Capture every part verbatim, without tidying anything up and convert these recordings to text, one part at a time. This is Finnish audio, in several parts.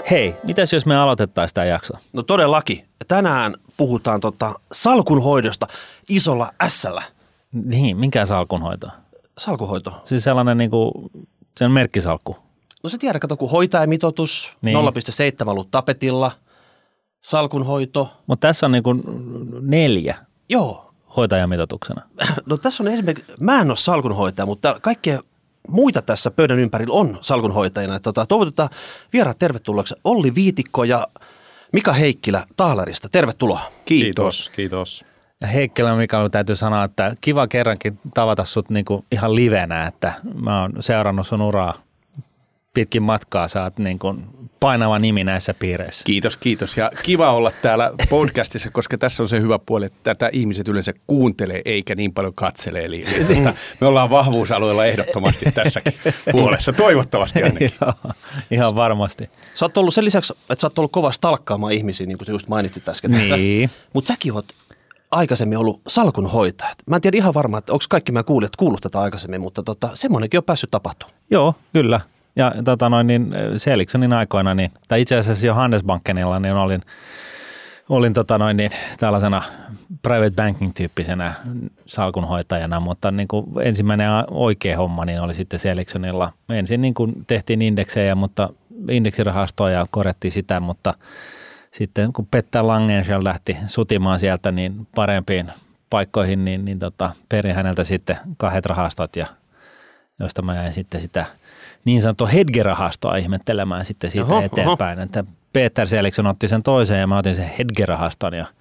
Hei, mitäs jos me aloitettaisiin tämä jakso? No todellakin. Tänään puhutaan tota salkunhoidosta isolla ässällä. Niin, minkä salkunhoito? Salkunhoito. Siis sellainen niinku, se on merkkisalkku. No se tiedä, kato, kun hoitajamitoitus, niin. nolla pilkku seitsemän ollut tapetilla, salkunhoito. Mutta tässä on niinku neljä. Joo. Hoitajamitoituksena. No tässä on esimerkiksi, mä en ole salkunhoitaja, mutta kaikkea muita tässä pöydän ympärillä on salkunhoitajina. Tota, toivotetaan vieraat tervetulleeksi Olli Viitikko ja Mika Heikkilä Taalerista. Tervetuloa. Kiitos. Kiitos. Ja Heikkilä Mika, täytyy sanoa, että kiva kerrankin tavata sut niinku ihan livenä, että mä oon seurannut sun uraa pitkin matkaa. Sä oot niinku painava nimi näissä piireissä. Kiitos, kiitos. Ja kiva olla täällä podcastissa, koska tässä on se hyvä puoli, että tätä ihmiset yleensä kuuntelee eikä niin paljon katsele. Eli, eli me ollaan vahvuusalueella ehdottomasti tässäkin puolessa, toivottavasti ainakin. Joo, ihan varmasti. Sä oot ollut sen lisäksi, että sä oot ollut kova stalkkaamaan ihmisiä, niin kuin sä just mainitsit äsken. Niin. Mutta säkin oot aikaisemmin ollut salkunhoitaja. Mä en tiedä ihan varmaan, että onko kaikki meidän kuulijat kuullut tätä aikaisemmin, mutta tota, semmoinenkin on päässyt tapahtumaan. Joo, kyllä. Ja tota noin, niin Seeliksonin aikoina, niin, tai itse asiassa jo Handelsbankenilla, niin olin, olin tota noin, niin, tällaisena private banking-tyyppisenä salkunhoitajana, mutta niin kuin ensimmäinen oikea homma niin oli sitten Seeliksonilla. Ensin niin kuin tehtiin indeksejä, mutta indeksirahastoa ja korjattiin sitä, mutta sitten kun Petter Langenschel lähti sutimaan sieltä niin parempiin paikkoihin, niin, niin tota, perin häneltä sitten kahdet rahastot, ja josta mä jäin sitten sitä niin sanottua Hedge-rahastoa ihmettelemään sitten siitä oho, eteenpäin, oho. Että Peter Seelikson otti sen toisen ja mä otin sen Hedge-rahaston ja,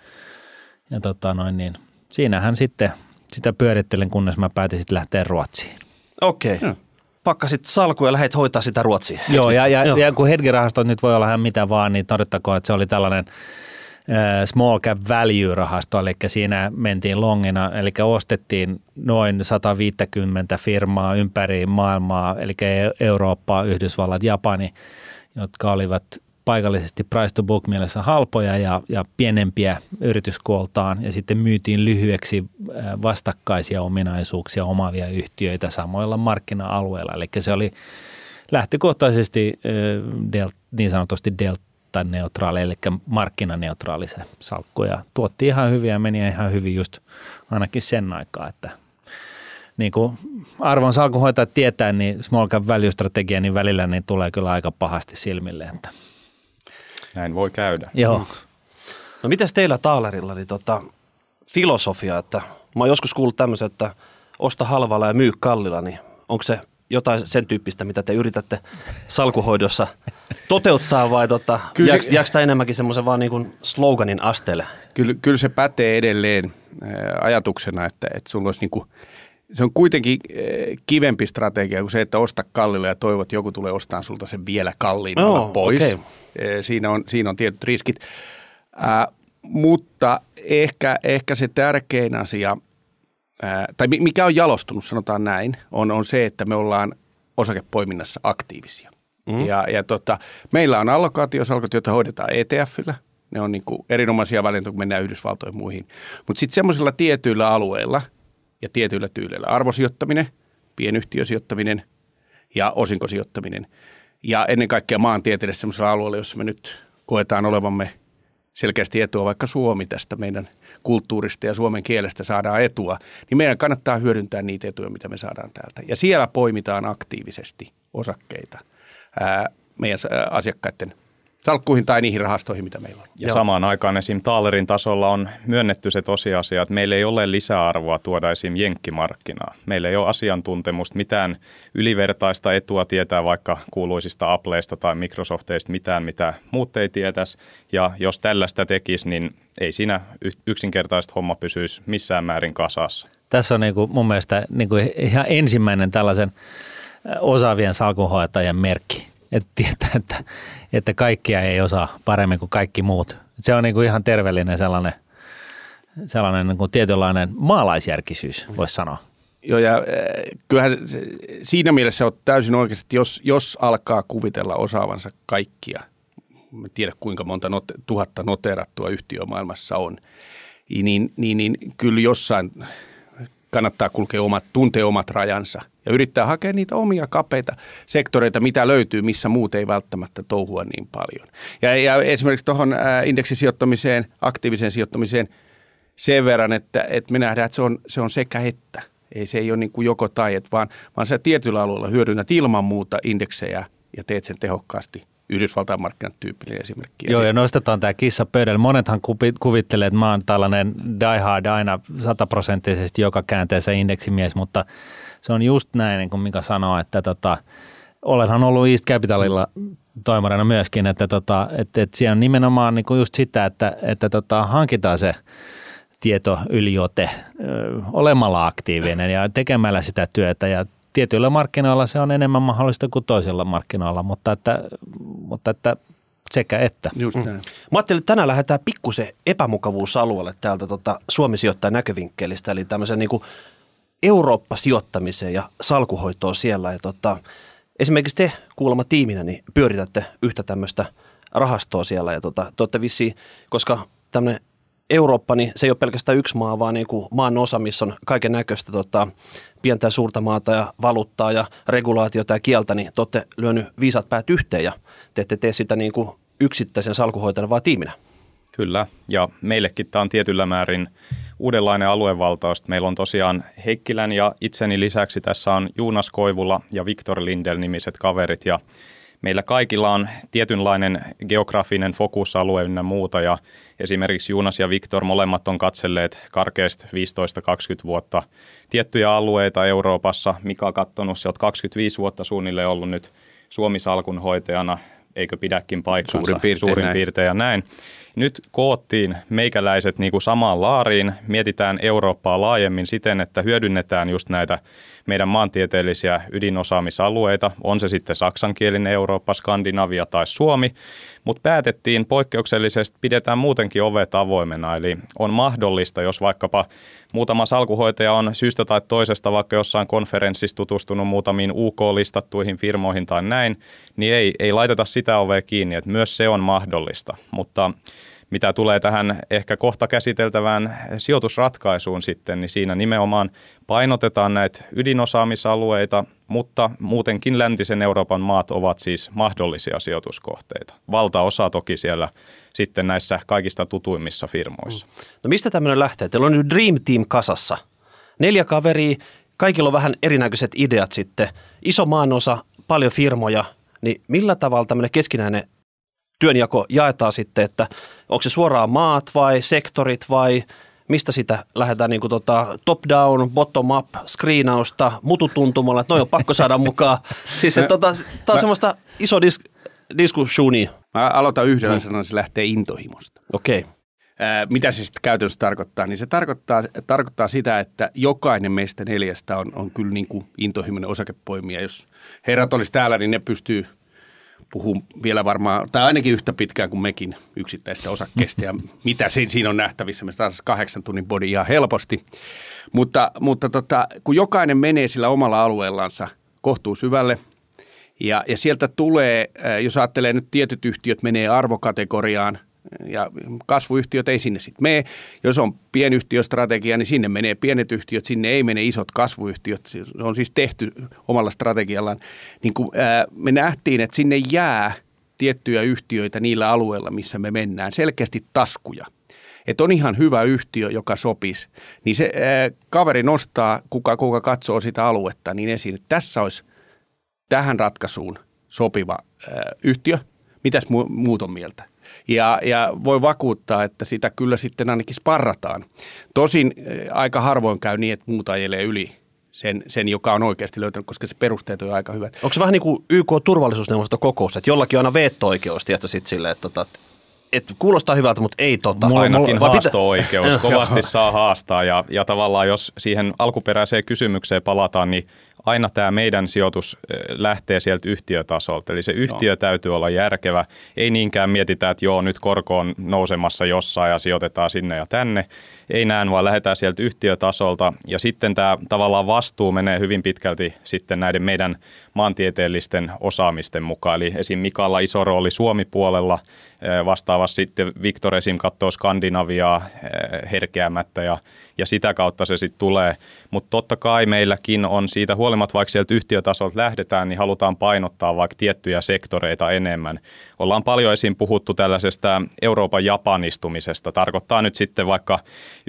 ja tota noin niin, siinähän sitten sitä pyörittelin, kunnes mä päätin sitten lähteä Ruotsiin. Okei. Okay. Pakkasit salkuun ja lähdit hoitaa sitä Ruotsiin. Joo, ja, ja, ja kun Hedge-rahastot nyt voi olla hän mitä vaan, niin todettakoon, että se oli tällainen small cap value-rahasto, eli siinä mentiin longina, eli ostettiin noin sata viisikymmentä firmaa ympäri maailmaa, eli Eurooppaa, Yhdysvallat, Japani, jotka olivat paikallisesti price to book mielessä halpoja ja, ja pienempiä yrityskooltaan, ja sitten myytiin lyhyeksi vastakkaisia ominaisuuksia omaavia yhtiöitä samoilla markkina-alueilla, eli se oli lähtökohtaisesti niin sanotusti delta tai neutraali, eli markkinaneutraali se salkku, ja tuotti ihan hyviä ja meni ihan hyvin just ainakin sen aikaa, että niin kuin arvon salkunhoitajat tietää, niin small cap value-strategia niin välillä niin tulee kyllä aika pahasti silmille. Että. Näin voi käydä. Joo. No mitäs teillä Taalerilla, niin tota, filosofia, että mä oon joskus kuullut tämmöisen, että osta halvalla ja myy kallilla, niin onko se jotain sen tyyppistä, mitä te yritätte salkuhoidossa toteuttaa, vai tota, jääkö tämä enemmänkin semmoisen vaan niin kuin sloganin asteelle? Kyllä, kyllä se pätee edelleen ajatuksena, että, että sulla olisi niin kuin, se on kuitenkin kivempi strategia kuin se, että osta kallilla ja toivot, että joku tulee ostamaan sulta sen vielä kalliimmalla oh, pois. Okay. Siinä on, siinä on tietyt riskit, äh, mutta ehkä, ehkä se tärkein asia, tai mikä on jalostunut, sanotaan näin, on, on se, että me ollaan osakepoiminnassa aktiivisia. Mm. Ja, ja tota, meillä on allokaatiosalkut, joita hoidetaan E T F:llä. Ne on niin kuin erinomaisia valintoja, kun mennään Yhdysvaltoihin muihin. Mutta sitten semmoisilla tietyillä alueilla ja tietyillä tyyleillä arvosijoittaminen, pienyhtiösijoittaminen ja osinkosijoittaminen. Ja ennen kaikkea maantieteellisesti semmoisilla alueilla, jossa me nyt koetaan olevamme selkeästi etua, vaikka Suomi tästä meidän kulttuurista ja suomen kielestä saadaan etua, niin meidän kannattaa hyödyntää niitä etuja, mitä me saadaan täältä. Ja siellä poimitaan aktiivisesti osakkeita ää, meidän asiakkaiden salkkuihin tai niihin rahastoihin, mitä meillä on. Ja Joo. samaan aikaan esim. Taalerin tasolla on myönnetty se tosiasia, että meillä ei ole lisäarvoa tuoda esim. Jenkkimarkkinaa. Meillä ei ole asiantuntemusta, mitään ylivertaista etua tietää vaikka kuuluisista Appleista tai Microsofteista, mitään mitä muut ei tietäisi. Ja jos tällaista tekisi, niin ei siinä yksinkertaisesti homma pysyisi missään määrin kasassa. Tässä on niin kuin mun mielestä niin kuin ihan ensimmäinen tällaisen osaavien salkunhoitajien merkki. Että tietää, että, että kaikkia ei osaa paremmin kuin kaikki muut. Se on niin kuin ihan terveellinen sellainen, sellainen niin kuin tietynlainen maalaisjärkisyys, voisi sanoa. Joo, ja kyllähän siinä mielessä on täysin oikeasti, että jos, jos alkaa kuvitella osaavansa kaikkia, en tiedä kuinka monta not, tuhatta noteerattua yhtiöä maailmassa on, niin, niin, niin kyllä jossain kannattaa kulkea omat, tuntea omat rajansa ja yrittää hakea niitä omia kapeita sektoreita, mitä löytyy, missä muut ei välttämättä touhua niin paljon. Ja, ja esimerkiksi tuohon indeksisijoittamiseen, aktiiviseen sijoittamiseen sen verran, että, että me nähdään, että se on, se on sekä että. Ei, se ei ole niin kuin joko tai, että vaan, vaan sä tietyllä alueella hyödynnät ilman muuta indeksejä ja teet sen tehokkaasti. Yhdysvaltain markkinat tyyppinen esimerkki. Joo, ja nostetaan tämä kissa pöydälle. Monethan kuvittelee, että mä oon tällainen die hard aina sataprosenttisesti joka käänteessä indeksimies, mutta se on just näin, niin kuin Mika sanoo, että tota, olenhan ollut East Capitalilla toimarina myöskin, että, tota, että, että siellä on nimenomaan niin kuin just sitä, että, että tota, hankitaan se tietoyliote olemalla aktiivinen ja tekemällä sitä työtä, ja tietyillä markkinoilla se on enemmän mahdollista kuin toisilla markkinoilla, mutta että, mutta että sekä että. Just näin. Mä ajattelin, että tänään lähdetään pikkusen epämukavuusalueelle täältä tota, Suomi-sijoittajan näkövinkkelistä, eli tämmöisen niin kuin Eurooppa-sijoittamiseen ja salkuhoitoon siellä. Ja tota, esimerkiksi te kuulemma tiiminä niin pyöritätte yhtä tämmöistä rahastoa siellä, ja tota, te olette vissiin, koska tämmöinen Eurooppa, niin se ei ole pelkästään yksi maa, vaan niin kuin maan osa, missä on kaiken näköistä tota, pientä ja suurta maata ja valuuttaa ja regulaatiota ja kieltä, niin te olette lyönyt viisat päät yhteen ja te ette tee sitä niin kuin yksittäisen salkuhoitajana, vaan tiiminä. Kyllä, ja meillekin tämä on tietyllä määrin uudenlainen aluevaltaus. Meillä on tosiaan Heikkilän ja itseni lisäksi tässä on Joonas Koivula ja Viktor Lindell nimiset kaverit, ja meillä kaikilla on tietynlainen geografinen fokusalue ynnä muuta, ja esimerkiksi Joonas ja Viktor molemmat on katselleet karkeasti viisitoista kaksikymmentä vuotta tiettyjä alueita Euroopassa. Mika on katsonut, se on kaksikymmentäviisi vuotta suunnilleen ollut nyt Suomi-salkunhoitajana, eikö pidäkin paikkansa? Suurin piirtein, Suurin näin. piirtein ja näin. Nyt koottiin meikäläiset niin kuin samaan laariin, mietitään Eurooppaa laajemmin siten, että hyödynnetään just näitä meidän maantieteellisiä ydinosaamisalueita, on se sitten saksankielinen Eurooppa, Skandinavia tai Suomi, mutta päätettiin poikkeuksellisesti, pidetään muutenkin ovet avoimena, eli on mahdollista, jos vaikkapa muutama salkuhoitaja on syystä tai toisesta vaikka jossain konferenssissa tutustunut muutamiin U K-listattuihin firmoihin tai näin, niin ei, ei laiteta sitä ovea kiinni, että myös se on mahdollista, mutta mitä tulee tähän ehkä kohta käsiteltävään sijoitusratkaisuun sitten, niin siinä nimenomaan painotetaan näitä ydinosaamisalueita, mutta muutenkin läntisen Euroopan maat ovat siis mahdollisia sijoituskohteita. Valtaosa toki siellä sitten näissä kaikista tutuimmissa firmoissa. No mistä tämmöinen lähtee? Teillä on nyt Dream Team kasassa. Neljä kaveria, kaikilla on vähän erinäköiset ideat sitten. Iso maanosa, paljon firmoja, niin millä tavalla tämmöinen keskinäinen työnjako jaetaan sitten, että onko se suoraan maat vai sektorit vai mistä sitä lähdetään niin kuin tota top down, bottom up, screenausta, mututuntumalla, että noi on pakko saada mukaan. Siis se, tota, tämä on semmoista iso dis, diskussionia. Mä aloitan yhdellä mm. sanoen, se lähtee intohimosta. Okei. Okay. Ää, mitä se sitten käytännössä tarkoittaa? Niin se tarkoittaa, tarkoittaa sitä, että jokainen meistä neljästä on, on kyllä niin kuin intohimoinen osakepoimija. Jos herrat olisi täällä, niin ne pystyy puhuu vielä varmaan, tai ainakin yhtä pitkään kuin mekin yksittäistä osakkeista ja mitä siinä on nähtävissä. Me taas kahdeksan tunnin body ihan helposti, mutta, mutta tota, kun jokainen menee sillä omalla alueellansa kohtuu syvälle ja, ja sieltä tulee, jos ajattelee nyt tietyt yhtiöt menee arvokategoriaan, ja kasvuyhtiöt ei sinne sitten mene. Jos on pienyhtiöstrategia, niin sinne menee pienet yhtiöt, sinne ei mene isot kasvuyhtiöt. Se on siis tehty omalla strategiallaan. Niin kuin, ää, me nähtiin, että sinne jää tiettyjä yhtiöitä niillä alueilla, missä me mennään. Selkeästi taskuja. Että on ihan hyvä yhtiö, joka sopisi. Niin se ää, kaveri nostaa, kuka, kuka katsoo sitä aluetta, niin esiin, että tässä olisi tähän ratkaisuun sopiva ää, yhtiö. Mitäs mu- muut on mieltä? Ja, ja voi vakuuttaa, että sitä kyllä sitten ainakin sparrataan. Tosin aika harvoin käy niin, että muuta ajelee yli sen, sen, joka on oikeasti löytänyt, koska se perusteet on aika hyvät. Onko se vähän niin kuin Y K-turvallisuusneuvosto kokous, että jollakin on aina veto-oikeus, tiedätkö sitten silleen, että, että, että kuulostaa hyvältä, mutta ei tota. Ainakin haasto-oikeus, kovasti saa haastaa ja, ja tavallaan jos siihen alkuperäiseen kysymykseen palataan, niin aina tämä meidän sijoitus lähtee sieltä yhtiötasolta. Eli se yhtiö no. täytyy olla järkevä. Ei niinkään mietitä, että joo, nyt korko on nousemassa jossain ja sijoitetaan sinne ja tänne. Ei näin, vaan lähdetään sieltä yhtiötasolta. Ja sitten tämä tavallaan vastuu menee hyvin pitkälti sitten näiden meidän maantieteellisten osaamisten mukaan. Eli esim. Mikalla iso rooli Suomi-puolella, vastaavasti sitten Victor esim. Katsoo Skandinaviaa herkeämättä ja, ja sitä kautta se sitten tulee. Mutta totta kai meilläkin on siitä huolimatta, vaikka sieltä yhtiötasolta lähdetään, niin halutaan painottaa vaikka tiettyjä sektoreita enemmän. Ollaan paljon esim. Puhuttu tällaisesta Euroopan japanistumisesta. Tarkoittaa nyt sitten vaikka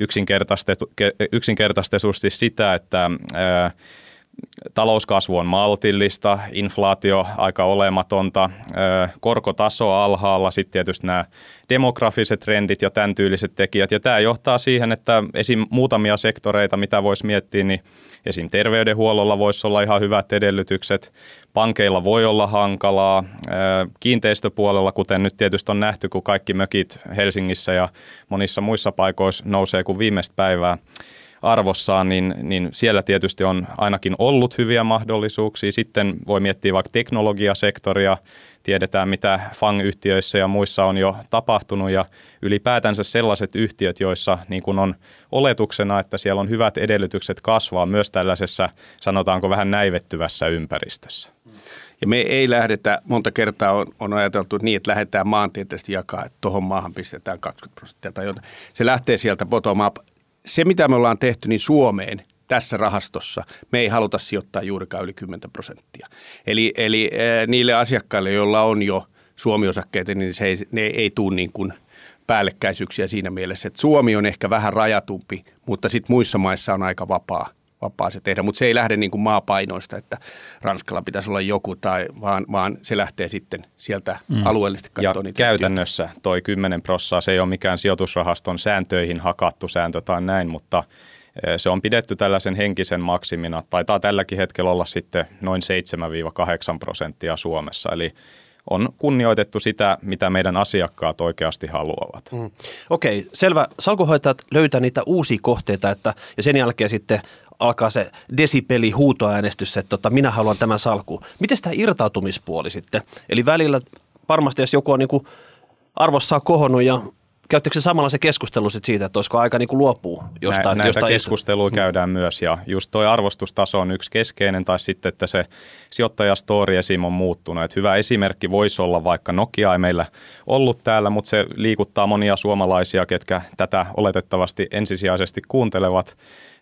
yksinkertaistetusti sitä, että ää, talouskasvu on maltillista, inflaatio aika olematonta, korkotaso alhaalla, sitten tietysti nämä demografiset trendit ja tämän tyyliset tekijät. Ja tämä johtaa siihen, että esim. Muutamia sektoreita, mitä voisi miettiä, niin esim. Terveydenhuollolla voisi olla ihan hyvät edellytykset, pankeilla voi olla hankalaa, kiinteistöpuolella, kuten nyt tietysti on nähty, kun kaikki mökit Helsingissä ja monissa muissa paikoissa nousee kuin viimeistä päivää arvossaan, niin, niin siellä tietysti on ainakin ollut hyviä mahdollisuuksia. Sitten voi miettiä vaikka teknologiasektoria, tiedetään mitä F A N G-yhtiöissä ja muissa on jo tapahtunut ja ylipäätänsä sellaiset yhtiöt, joissa niin kuin on oletuksena, että siellä on hyvät edellytykset kasvaa myös tällaisessa, sanotaanko vähän näivettyvässä ympäristössä. Ja me ei lähdetä, monta kertaa on, on ajateltu niin, että lähdetään maantieteellisesti jakaa, että tuohon maahan pistetään kaksikymmentä prosenttia tai jotain. Se lähtee sieltä bottom up. Se, mitä me ollaan tehty, niin Suomeen tässä rahastossa me ei haluta sijoittaa juurikaan yli kymmenen prosenttia. Eli, eli äh, niille asiakkaille, joilla on jo Suomi-osakkeita, niin se ei, ne ei tule niin kuin päällekkäisyyksiä siinä mielessä, että Suomi on ehkä vähän rajatumpi, mutta sitten muissa maissa on aika vapaa, vapaa se tehdä. Mutta se ei lähde niin kuin maapainoista, että Ranskalla pitäisi olla joku, tai, vaan, vaan se lähtee sitten sieltä mm. alueellisesti katsoa. Ja käytännössä toi kymmenen prosenttia, se ei ole mikään sijoitusrahaston sääntöihin hakattu sääntö tai näin, mutta se on pidetty tällaisen henkisen maksimina. Taitaa tälläkin hetkellä olla sitten noin seitsemän kahdeksan prosenttia Suomessa, eli on kunnioitettu sitä, mitä meidän asiakkaat oikeasti haluavat. Mm. Okei, selvä. Salkunhoitajat löytää niitä uusia kohteita, että, ja sen jälkeen sitten alkaa se desipeli huutoäänestys, että tota, minä haluan tämän salkuun. Miten tämä irtautumispuoli sitten? Eli välillä varmasti, jos joku on niin kuin arvossaan kohonnut ja käyttekö se samalla se keskustelu sit siitä, että olisiko aika niin kuin luopua jostain? Näitä jostain keskustelua istu. käydään myös ja just toi arvostustaso on yksi keskeinen tai sitten, että se sijoittajastory esim. On muuttunut. Et hyvä esimerkki voisi olla vaikka Nokia ei meillä ollut täällä, mutta se liikuttaa monia suomalaisia, ketkä tätä oletettavasti ensisijaisesti kuuntelevat.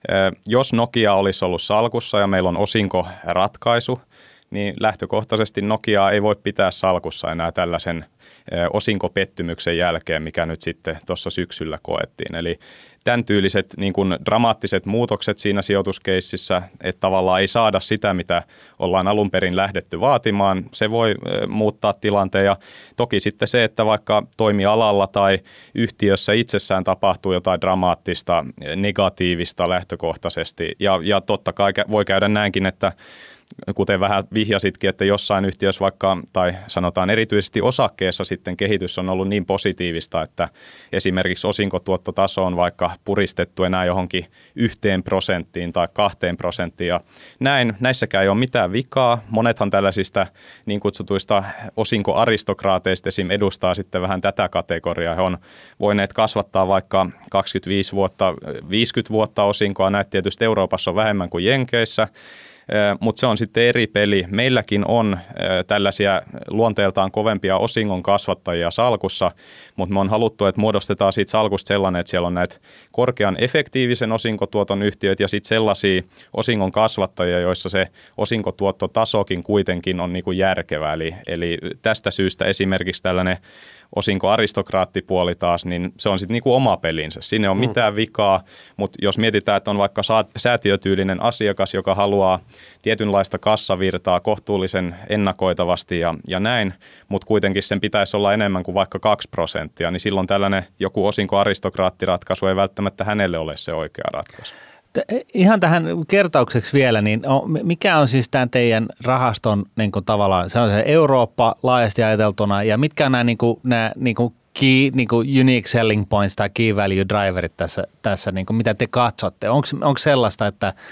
Jos Nokia olisi ollut salkussa ja meillä on osinkoratkaisu, niin lähtökohtaisesti Nokiaa ei voi pitää salkussa enää tällaisen osinkopettymyksen jälkeen, mikä nyt sitten tuossa syksyllä koettiin. Eli tämän tyyliset niin kuin dramaattiset muutokset siinä sijoituskeississä, että tavallaan ei saada sitä, mitä ollaan alun perin lähdetty vaatimaan, se voi muuttaa tilanteen. Ja toki sitten se, että vaikka toimialalla tai yhtiössä itsessään tapahtuu jotain dramaattista, negatiivista lähtökohtaisesti, ja, ja totta kai voi käydä näinkin, että kuten vähän vihjasitkin, että jossain yhtiössä vaikka, tai sanotaan erityisesti osakkeessa sitten kehitys on ollut niin positiivista, että esimerkiksi osinkotuottotaso on vaikka puristettu enää johonkin yhteen prosenttiin tai kahteen prosenttiin. Ja näin, näissäkään ei ole mitään vikaa. Monethan tällaisista niin kutsutuista osinkoaristokraateista esim. Edustaa sitten vähän tätä kategoriaa. He on voineet kasvattaa vaikka kaksikymmentäviisi vuotta, viisikymmentä vuotta osinkoa. Näitä tietysti Euroopassa on vähemmän kuin Jenkeissä. Mutta se on sitten eri peli. Meilläkin on tällaisia luonteeltaan kovempia osingon kasvattajia salkussa, mutta me on haluttu, että muodostetaan siitä salkusta sellainen, että siellä on näitä korkean efektiivisen osinkotuoton yhtiöitä ja sitten sellaisia osingon kasvattajia, joissa se osinkotuottotasokin kuitenkin on niinku järkevä. Eli, eli tästä syystä esimerkiksi tällainen osinkoaristokraattipuoli taas, niin se on sitten niinku oma pelinsä. Siinä ei ole mitään vikaa, mutta jos mietitään, että on vaikka säätiötyylinen asiakas, joka haluaa tietynlaista kassavirtaa kohtuullisen ennakoitavasti ja, ja näin, mutta kuitenkin sen pitäisi olla enemmän kuin vaikka kaksi prosenttia, niin silloin tällainen joku osinkoaristokraattiratkaisu ei välttämättä hänelle ole se oikea ratkaisu. Ihan tähän kertaukseksi vielä, niin mikä on siis tämän teidän rahaston niin kuin tavallaan, se on se Eurooppa laajasti ajateltuna, ja mitkä on nämä, niin kuin, nämä niin kuin key, niin kuin unique selling points tai key value driverit tässä, tässä niin kuin mitä te katsotte? Onko sellaista, että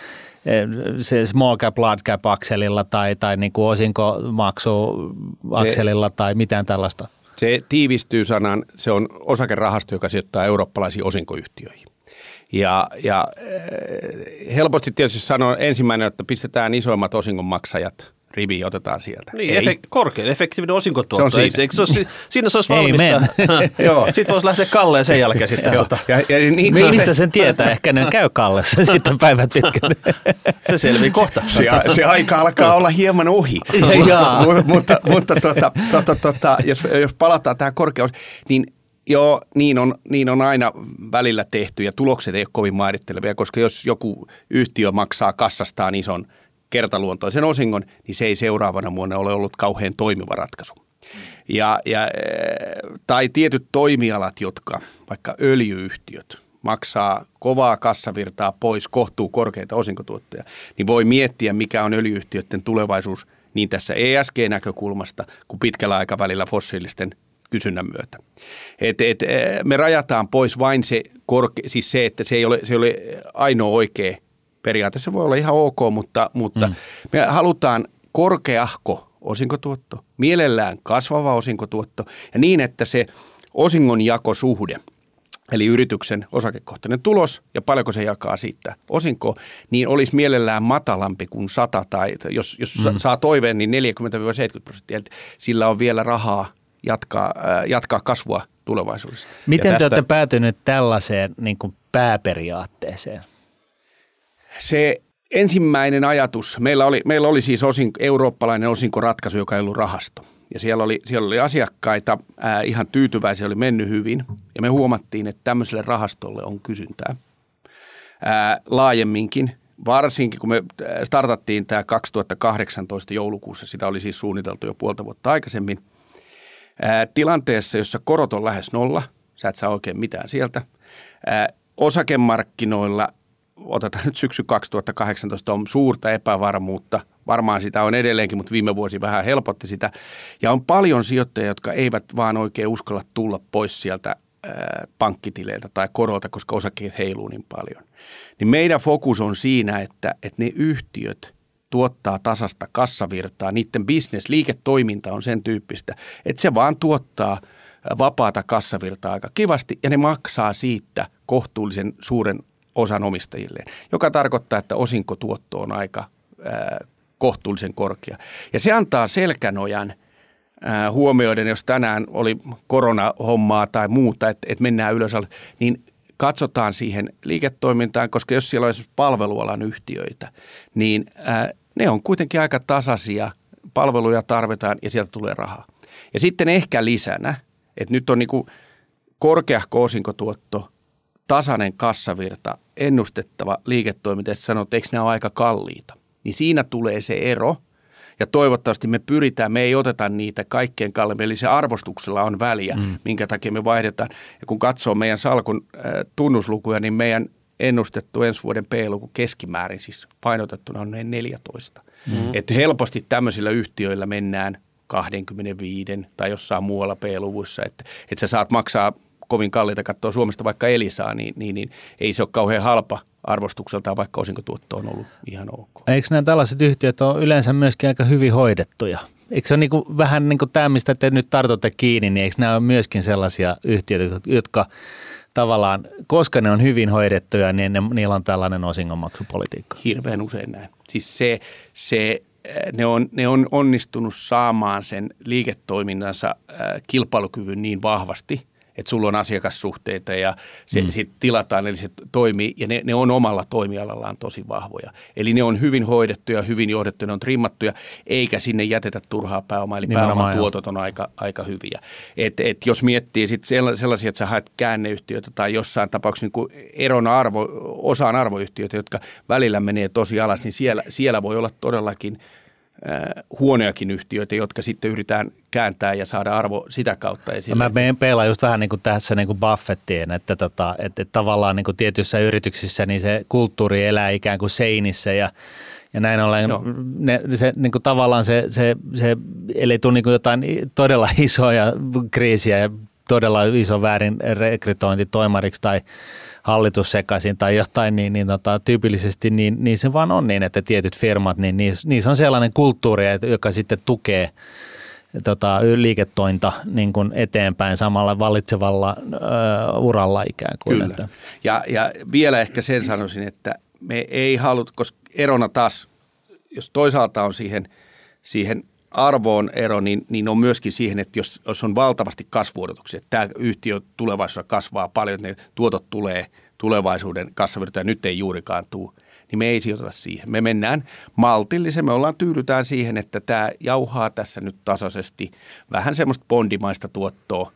se small cap, large cap akselilla tai, tai niin kuin osinkomaksu akselilla tai mitään tällaista? Se tiivistyy sanan, se on osakerahasto, joka sijoittaa eurooppalaisiin osinkoyhtiöihin. Ja, ja helposti tietysti sanoo ensimmäinen, että pistetään isoimmat osingonmaksajat riviin ja otetaan sieltä. Niin, efek- korkein efektiivinen osinkotuotto. Se on siinä. Eikö se ole, siinä se olisi valmista. Sitten voisi lähteä Kalleen sen jälkeen sitten. Tota. Ja, ja niin, Mistä sen tietää? Ehkä ne käy Kallessa sitten päivät pitkät. Se selvii kohta. Se, se aika alkaa olla hieman ohi. mutta mutta, mutta tota, tota, tota, jos, jos palataan tähän korkeus, niin joo, niin on, niin on aina välillä tehty ja tulokset ei ole kovin määrittelevia, koska jos joku yhtiö maksaa kassastaan ison kertaluontoisen osingon, niin se ei seuraavana vuonna ole ollut kauhean toimiva ratkaisu. Ja, ja, tai tietyt toimialat, jotka vaikka öljyyhtiöt maksaa kovaa kassavirtaa pois kohtuu korkeita osinkotuottoja, niin voi miettiä, mikä on öljyyhtiöiden tulevaisuus niin tässä E S G-näkökulmasta kuin pitkällä aikavälillä fossiilisten kysynnän myötä. Et, et, me rajataan pois vain se, korke, siis se, että se ei ole, se ei ole ainoa oikea. Periaatteessa voi olla ihan ok, mutta, mutta mm. me halutaan korkeahko osinkotuotto, mielellään kasvava osinkotuotto ja niin, että se osingonjakosuhde, eli yrityksen osakekohtainen tulos ja paljonko se jakaa siitä osinkoa, niin olisi mielellään matalampi kuin sata tai jos, jos mm. saa toiveen, niin neljäkymmentä seitsemänkymmentä prosenttia. Sillä on vielä rahaa jatkaa, äh, jatkaa kasvua tulevaisuudessa. Miten tästä, te olette päätyneet tällaiseen niin kuin pääperiaatteeseen? Se ensimmäinen ajatus, meillä oli, meillä oli siis osin, eurooppalainen osinkoratkaisu, joka ei ollut rahasto. Ja siellä oli, siellä oli asiakkaita, ää, ihan tyytyväisiä, oli mennyt hyvin. Ja me huomattiin, että tämmöiselle rahastolle on kysyntää ää, laajemminkin. Varsinkin kun me startattiin tämä kaksituhattakahdeksantoista joulukuussa, sitä oli siis suunniteltu jo puolta vuotta aikaisemmin. Ää, tilanteessa, jossa korot on lähes nolla, sä et saa oikein mitään sieltä. Ää, osakemarkkinoilla otetaan nyt syksy kaksituhattakahdeksantoista, on suurta epävarmuutta. Varmaan sitä on edelleenkin, mutta viime vuosi vähän helpotti sitä. Ja on paljon sijoittajia, jotka eivät vaan oikein uskalla tulla pois sieltä ää, pankkitileiltä tai korolta, koska osakkeet heiluu niin paljon. Niin meidän fokus on siinä, että, että ne yhtiöt tuottaa tasasta kassavirtaa. Niiden business, liiketoiminta on sen tyyppistä, että se vaan tuottaa vapaata kassavirtaa aika kivasti ja ne maksaa siitä kohtuullisen suuren osan omistajilleen, joka tarkoittaa, että osinkotuotto on aika ää, kohtuullisen korkea. Ja se antaa selkänojan ää, huomioiden, jos tänään oli koronahommaa tai muuta, että et mennään ylös, niin katsotaan siihen liiketoimintaan, koska jos siellä on esimerkiksi palvelualan yhtiöitä, niin ää, ne on kuitenkin aika tasaisia, palveluja tarvitaan ja sieltä tulee rahaa. Ja sitten ehkä lisänä, että nyt on niinku korkeahko osinkotuotto, tasainen kassavirta, ennustettava liiketoiminta, että sanoo, että eikö nämä ole aika kalliita. Niin siinä tulee se ero ja toivottavasti me pyritään, me ei oteta niitä kaikkein kalliimpia, eli se arvostuksella on väliä, mm. minkä takia me vaihdetaan. Ja kun katsoo meidän salkun äh, tunnuslukuja, niin meidän ennustettu ensi vuoden P-luku keskimäärin siis painotettuna on noin neljätoista. Mm. Että helposti tämmöisillä yhtiöillä mennään kaksikymmentäviisi tai jossain muualla P-luvuissa, että, että sä saat maksaa kovin kalliita katsoa Suomesta vaikka Elisaa, niin, niin, niin ei se ole kauhean halpa arvostukseltaan, vaikka osinkotuotto on ollut ihan ok. Eikö nämä tällaiset yhtiöt ole yleensä myöskin aika hyvin hoidettuja? Eikö se ole niin kuin, vähän niin kuin tämä, mistä te nyt tartutte kiinni, niin eikö nämä ole myöskin sellaisia yhtiöitä, jotka tavallaan, koska ne on hyvin hoidettuja, niin ne, niillä on tällainen osingonmaksupolitiikka? Hirveän usein näin. Siis se, se, ne, on, ne on onnistunut saamaan sen liiketoiminnansa äh, kilpailukyvyn niin vahvasti, että sulla on asiakassuhteita ja se mm. sitten tilataan, eli se toimii ja ne, ne on omalla toimialallaan tosi vahvoja. Eli ne on hyvin hoidettuja, hyvin johdettuja, ne on trimmattuja, eikä sinne jätetä turhaa pääomaa, eli pääoman tuotot on aika, aika hyviä. Et, et jos miettii sitten sellaisia, että sä haet käänneyhtiöitä tai jossain tapauksessa niin eron arvo, osaan arvoyhtiöitä, jotka välillä menee tosi alas, niin siellä, siellä voi olla todellakin huoneakin yhtiöitä, jotka sitten yritetään kääntää ja saada arvo sitä kautta esille. Mä menen peilaan just vähän niin kuin tässä niin kuin Buffettiin, että, tota, että, että tavallaan niin kuin tietyissä yrityksissä niin se kulttuuri elää ikään kuin seinissä ja, ja näin ollen ne, se, niin kuin tavallaan se, se, se eli tule niin kuin jotain todella isoja kriisiä ja todella iso väärin rekrytointi toimariksi tai hallitus sekaisin tai jotain, niin, niin tota, tyypillisesti niin, niin se vaan on niin, että tietyt firmat, niin niissä, niissä on sellainen kulttuuri, joka sitten tukee tota, liiketointa niin kuin eteenpäin samalla vallitsevalla ö, uralla ikään kuin. Kyllä. Että. Ja, ja vielä ehkä sen sanoisin, että me ei haluta, koska erona taas, jos toisaalta on siihen, siihen arvoon ero, niin, niin on myöskin siihen, että jos, jos on valtavasti kasvuodotuksia, että tämä yhtiö tulevaisuudessa kasvaa paljon, ne tuotot tulee tulevaisuuden kassavirtaan ja nyt ei juurikaan tule, niin me ei sijoiteta siihen. Me mennään maltillisen, me ollaan tyydytään siihen, että tämä jauhaa tässä nyt tasaisesti vähän semmoista bondimaista tuottoa.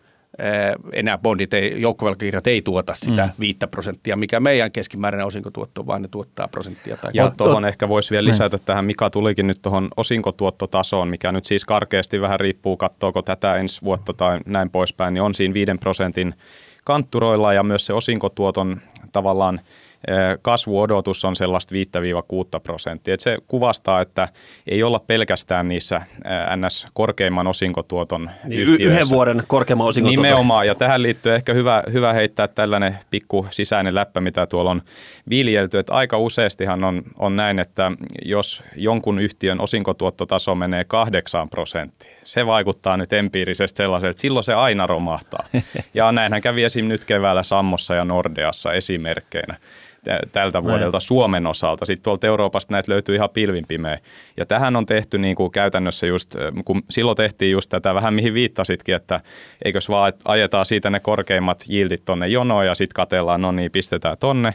Enää bondit, ei, joukkovelkakirjat ei tuota sitä mm. viittä prosenttia, mikä meidän keskimääräinen osinkotuotto, vaan ne tuottaa prosenttia. Tai ja tuohon ehkä voisi vielä lisätä mm. tähän, Mika tulikin nyt tuohon osinkotuottotasoon, mikä nyt siis karkeasti vähän riippuu, katsoako tätä ensi vuotta tai näin poispäin, niin on siinä viiden prosentin kantturoilla ja myös se osinkotuoton tavallaan kasvuodotus on sellaista viittä kuutta prosenttia. Et se kuvastaa, että ei olla pelkästään niissä ns. Korkeimman osinkotuoton niin, yhtiöissä. Yhden vuoden korkeimman osinkotuoton. Nimenomaan, ja tähän liittyy ehkä hyvä, hyvä heittää tällainen pikku sisäinen läppä, mitä tuolla on viljelty. Että aika useastihan on, on näin, että jos jonkun yhtiön osinkotuottotaso menee kahdeksaan prosenttiin, se vaikuttaa nyt empiirisesti sellaiselta, että silloin se aina romahtaa. Ja näinhän kävi esim. Nyt keväällä Sammossa ja Nordeassa esimerkkeinä tältä vuodelta Näin. Suomen osalta. Sitten tuolta Euroopasta näitä löytyy ihan pilvin pimeä. Ja tähän on tehty niin kuin käytännössä just, kun silloin tehtiin just tätä vähän mihin viittasitkin, että eikös vaan että ajetaan siitä ne korkeimmat yieldit tonne jonoon ja sitten katsellaan, no niin, pistetään tonne.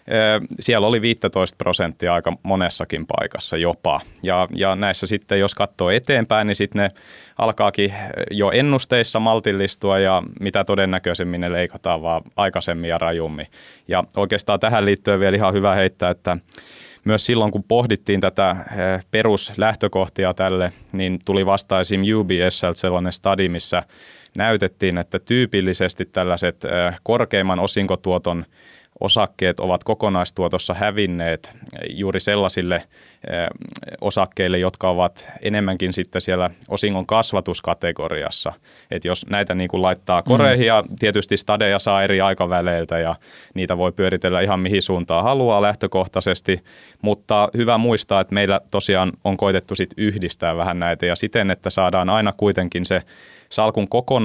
Siellä oli viisitoista prosenttia aika monessakin paikassa jopa. Ja, ja näissä sitten, jos katsoo eteenpäin, niin sitten ne alkaakin jo ennusteissa maltillistua ja mitä todennäköisemmin ne leikataan vaan aikaisemmin ja rajummin. Ja oikeastaan tähän liittyen vielä ihan hyvä heittää, että myös silloin, kun pohdittiin tätä peruslähtökohtia tälle, niin tuli vasta esim. U B S:ltä sellainen study, missä näytettiin, että tyypillisesti tällaiset korkeimman osinkotuoton osakkeet ovat kokonaistuotossa hävinneet juuri sellaisille osakkeille, jotka ovat enemmänkin sitten siellä osingon kasvatuskategoriassa. Että jos näitä niin kuin laittaa koreihin ja tietysti stadeja saa eri aikaväleiltä ja niitä voi pyöritellä ihan mihin suuntaan haluaa lähtökohtaisesti, mutta hyvä muistaa, että meillä tosiaan on koitettu sit yhdistää vähän näitä ja siten, että saadaan aina kuitenkin se salkun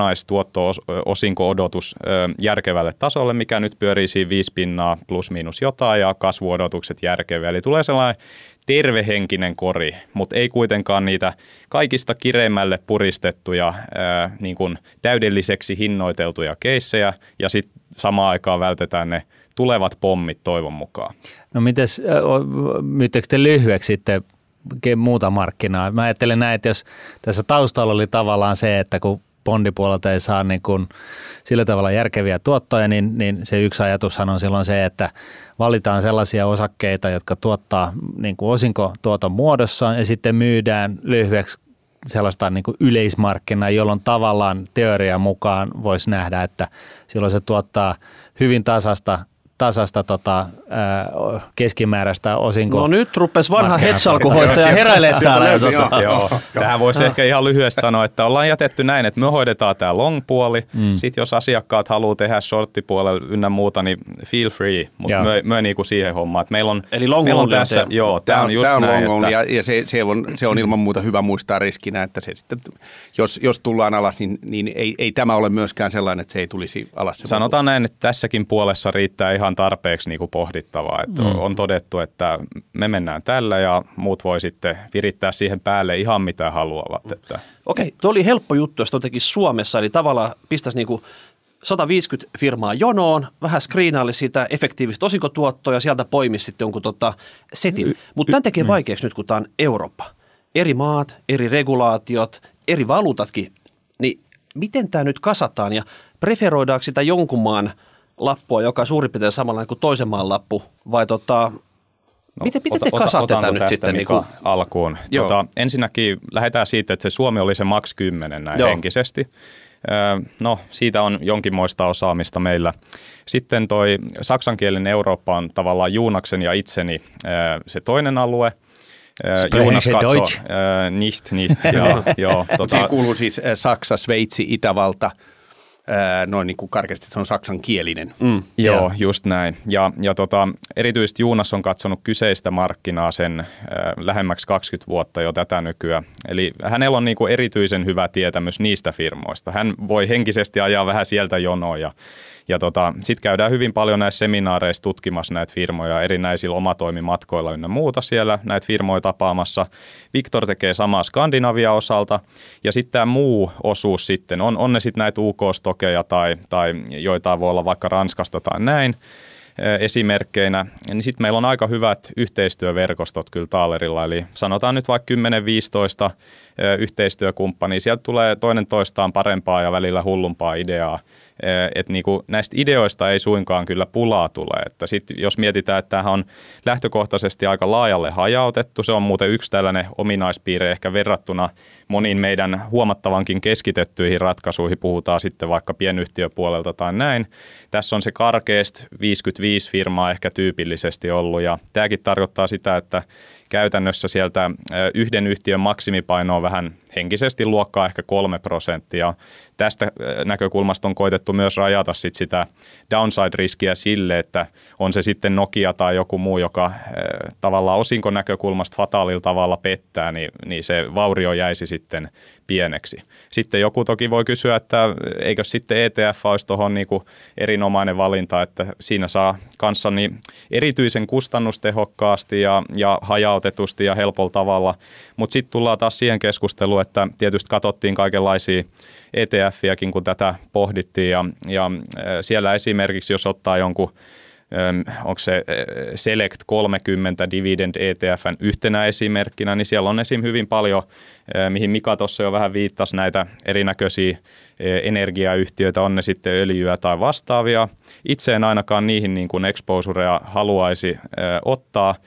kokonaistuotto-osinko-odotus järkevälle tasolle, mikä nyt pyörii siinä viisi pinnaa plus miinus jotain ja kasvuodotukset järkeviä. Eli tulee sellainen tervehenkinen kori, mutta ei kuitenkaan niitä kaikista kireimmälle puristettuja ää, niin kuin täydelliseksi hinnoiteltuja keissejä ja sitten samaan aikaan vältetään ne tulevat pommit toivon mukaan. No mites, myyttekö te lyhyeksi sitten muuta markkinaa? Mä ajattelen näin, että jos tässä taustalla oli tavallaan se, että kun bondipuolelta ei saa niin kuin sillä tavalla järkeviä tuottoja, niin, niin se yksi ajatushan on silloin se, että valitaan sellaisia osakkeita, jotka tuottaa niin kuin osinkotuoton muodossa ja sitten myydään lyhyeksi sellaista niin kuin yleismarkkinaa, jolloin tavallaan teorian mukaan voisi nähdä, että silloin se tuottaa hyvin tasasta tasasta tota, keskimääräistä osinko. No nyt rupesi vanha hetsalkuhoitaja heräilee täällä. Tota. Joo. Tähän voisi ehkä ihan lyhyesti sanoa, että ollaan jätetty näin, että me hoidetaan tämä long-puoli. Mm. Sitten jos asiakkaat haluaa tehdä shorttipuolella ynnä muuta, niin feel free, mutta me, me niinku siihen hommaan. Että meillä on, eli long meillä on tässä, joo, tämä on just tämä on näin. Long että, ja se, se, on, se on ilman muuta hyvä muistaa riskinä, että se sitten, jos, jos tullaan alas, niin, niin ei, ei tämä ole myöskään sellainen, että se ei tulisi alas. Sanotaan näin, että tässäkin puolessa riittää ihan tarpeeksi niin kuin pohdittavaa. Että mm. On todettu, että me mennään tällä ja muut voi sitten virittää siihen päälle ihan mitä haluavat. Että. Okei, tuo oli helppo juttu, jos totekin Suomessa, eli tavallaan pistäisi niin kuin sata viisikymmentä firmaa jonoon, vähän screenaili sitä efektiivistä osinkotuottoa ja sieltä poimisi sitten jonkun tota setin. Mutta tämän tekee vaikeaksi nyt, kun tämä on Eurooppa. Eri maat, eri regulaatiot, eri valuutatkin, niin miten tämä nyt kasataan ja preferoidaanko sitä jonkun maan lappua, joka on suurin piirtein samanlainen kuin toisen maan lappu, vai tota, no, miten, miten te kasaatte tämän nyt sitten? Niin kuin alkuun. Tota, ensinnäkin lähdetään siitä, että se Suomi oli se maks kymmenen näin Joo. henkisesti. No, siitä on jonkinmoista osaamista meillä. Sitten toi saksankielinen Eurooppa on tavallaan Juunaksen ja itseni se toinen alue. Jonas katsoo, äh, nicht, nicht, ja, joo. Tota, siihen kuuluu siis Saksa, Sveitsi, Itävalta, ää, noin niin kuin karkeasti, se on saksankielinen. Mm, joo, yeah. just näin. Ja, ja tota, erityisesti Jonas on katsonut kyseistä markkinaa sen äh, lähemmäksi kaksikymmentä vuotta jo tätä nykyään. Eli hänellä on niin kuin erityisen hyvä tietämys niistä firmoista. Hän voi henkisesti ajaa vähän sieltä jonoa ja Ja tota, sitten käydään hyvin paljon näissä seminaareissa tutkimassa näitä firmoja erinäisillä omatoimimatkoilla ynnä muuta siellä, näitä firmoja tapaamassa. Viktor tekee samaa Skandinavia osalta ja sitten tämä muu osuus sitten, on, on ne sitten näitä U K-stokeja tai, tai joitain voi olla vaikka Ranskasta tai näin esimerkkeinä, niin sitten meillä on aika hyvät yhteistyöverkostot kyllä Thalerilla, eli sanotaan nyt vaikka kymmenen viisitoista yhteistyökumppania, sieltä tulee toinen toistaan parempaa ja välillä hullumpaa ideaa, että niinku näistä ideoista ei suinkaan kyllä pulaa tule, että sitten jos mietitään, että tämähän on lähtökohtaisesti aika laajalle hajautettu, se on muuten yksi tällainen ominaispiirre ehkä verrattuna moniin meidän huomattavankin keskitettyihin ratkaisuihin, puhutaan sitten vaikka pienyhtiöpuolelta tai näin. Tässä on se karkeasti viisikymmentäviisi firmaa ehkä tyypillisesti ollut ja tämäkin tarkoittaa sitä, että käytännössä sieltä yhden yhtiön maksimipaino on vähän henkisesti luokkaa ehkä kolme prosenttia. Tästä näkökulmasta on koitettu myös rajata sit sitä downside-riskiä sille, että on se sitten Nokia tai joku muu, joka tavallaan osinko näkökulmasta fataalilla tavalla pettää, niin, niin se vaurio jäisi sitten pieneksi. Sitten joku toki voi kysyä, että eikö sitten E T F olisi tuohon niinku erinomainen valinta, että siinä saa kanssa niin erityisen kustannustehokkaasti ja, ja hajautetusti ja helpolla tavalla, mutta sitten tullaan taas siihen keskusteluun, että tietysti katsottiin kaikenlaisia E T F-iäkin, kun tätä pohdittiin ja, ja siellä esimerkiksi, jos ottaa jonkun onko se Select kolmekymmentä Dividend E T F:n yhtenä esimerkkinä, niin siellä on esim. Hyvin paljon, mihin Mika tuossa jo vähän viittasi, näitä erinäköisiä energiayhtiöitä, on ne sitten öljyä tai vastaavia. Itse en ainakaan niihin niin kuin exposurea haluaisi ottaa.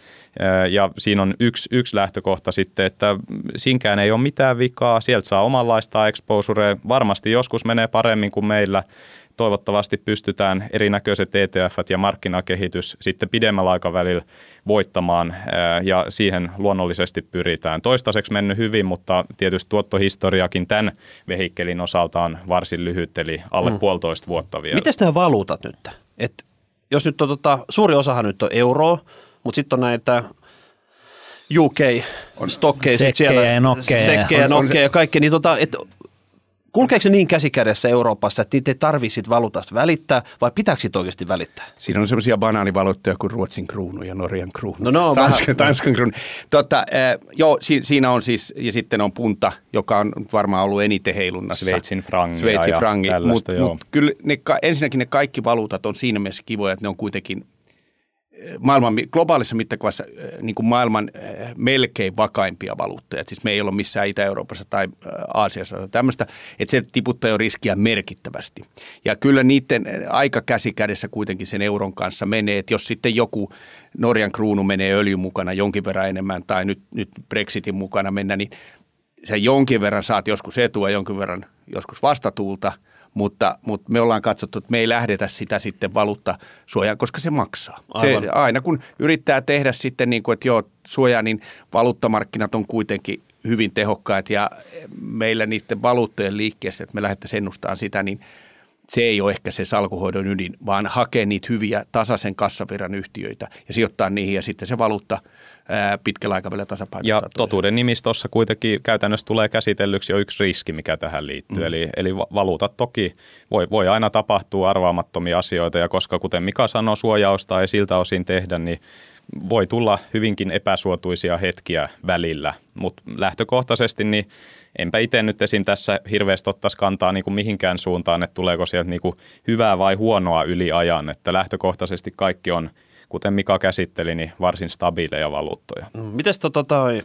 Ja siinä on yksi, yksi lähtökohta sitten, että siinkään ei ole mitään vikaa, sieltä saa omanlaista exposurea, varmasti joskus menee paremmin kuin meillä. Toivottavasti pystytään erinäköiset E T F:t ja markkinakehitys sitten pidemmällä aikavälillä voittamaan ja siihen luonnollisesti pyritään. Toistaiseksi mennyt hyvin, mutta tietysti tuottohistoriakin tämän vehikkelin osalta on varsin lyhyt, eli alle mm. puolitoista vuotta vielä. Miten nämä valuutat nyt? Et jos nyt on, tota, suuri osahan nyt on euroa, mutta sitten on näitä U K-stokkeja, sekkejä ja nokkeja, sekkejä ja nokkeja ja kaikkea, niin tota, et kulkeeko se niin käsikädessä Euroopassa, että niitä ei tarvitse valuutasta välittää, vai pitääkö siitä oikeasti välittää? Siinä on semmoisia banaanivaluuttoja kuin Ruotsin kruunu ja Norjan kruunu. No, no Tanskan, Tanskan kruunu. Totta, äh, joo, si, siinä on siis, ja sitten on punta, joka on varmaan ollut eniten heilunnassa. Sveitsin frangia Sveitsin ja frangi. tällaista, Mutta mut kyllä ne, ensinnäkin ne kaikki valuutat on siinä mielessä kivoja, että ne on kuitenkin maailman, globaalissa mittakuvassa niin kuin maailman melkein vakaimpia valuuttoja. Siis me ei ole missään Itä-Euroopassa tai Aasiassa tai tämmöistä, että se tiputtaa jo riskiä merkittävästi. Ja kyllä niiden aika käsi kädessä kuitenkin sen euron kanssa menee, että jos sitten joku Norjan kruunu menee öljyn mukana jonkin verran enemmän tai nyt, nyt Brexitin mukana mennä, niin sä jonkin verran saat joskus etua, jonkin verran joskus vastatuulta. Mutta, mutta me ollaan katsottu, että me ei lähdetä sitä sitten valuuttasuojaan, koska se maksaa. Se, aina kun yrittää tehdä sitten niin kuin, että joo, suojaa, niin valuuttamarkkinat on kuitenkin hyvin tehokkaat ja meillä niiden valuuttojen liikkeessä, että me lähdettäisiin ennustamaan sitä, niin se ei ole ehkä se salkuhoidon ydin, vaan hakee niitä hyviä tasaisen kassavirran yhtiöitä ja sijoittaa niihin ja sitten se valuutta ää, pitkällä aikavälillä tasapainottaa. Ja totuuden nimissä tuossa kuitenkin käytännössä tulee käsitellyksi jo yksi riski, mikä tähän liittyy. Mm. Eli, eli valuutat toki voi, voi aina tapahtua arvaamattomia asioita ja koska kuten Mika sanoi, suojausta ei siltä osin tehdä, niin voi tulla hyvinkin epäsuotuisia hetkiä välillä, mutta lähtökohtaisesti niin enpä itse nyt esim. Tässä hirveästi ottaisi kantaa niin kuin mihinkään suuntaan, että tuleeko sieltä niin kuin hyvää vai huonoa yli ajan, että lähtökohtaisesti kaikki on, kuten Mika käsitteli, niin varsin stabiileja valuuttoja. Mites tota toi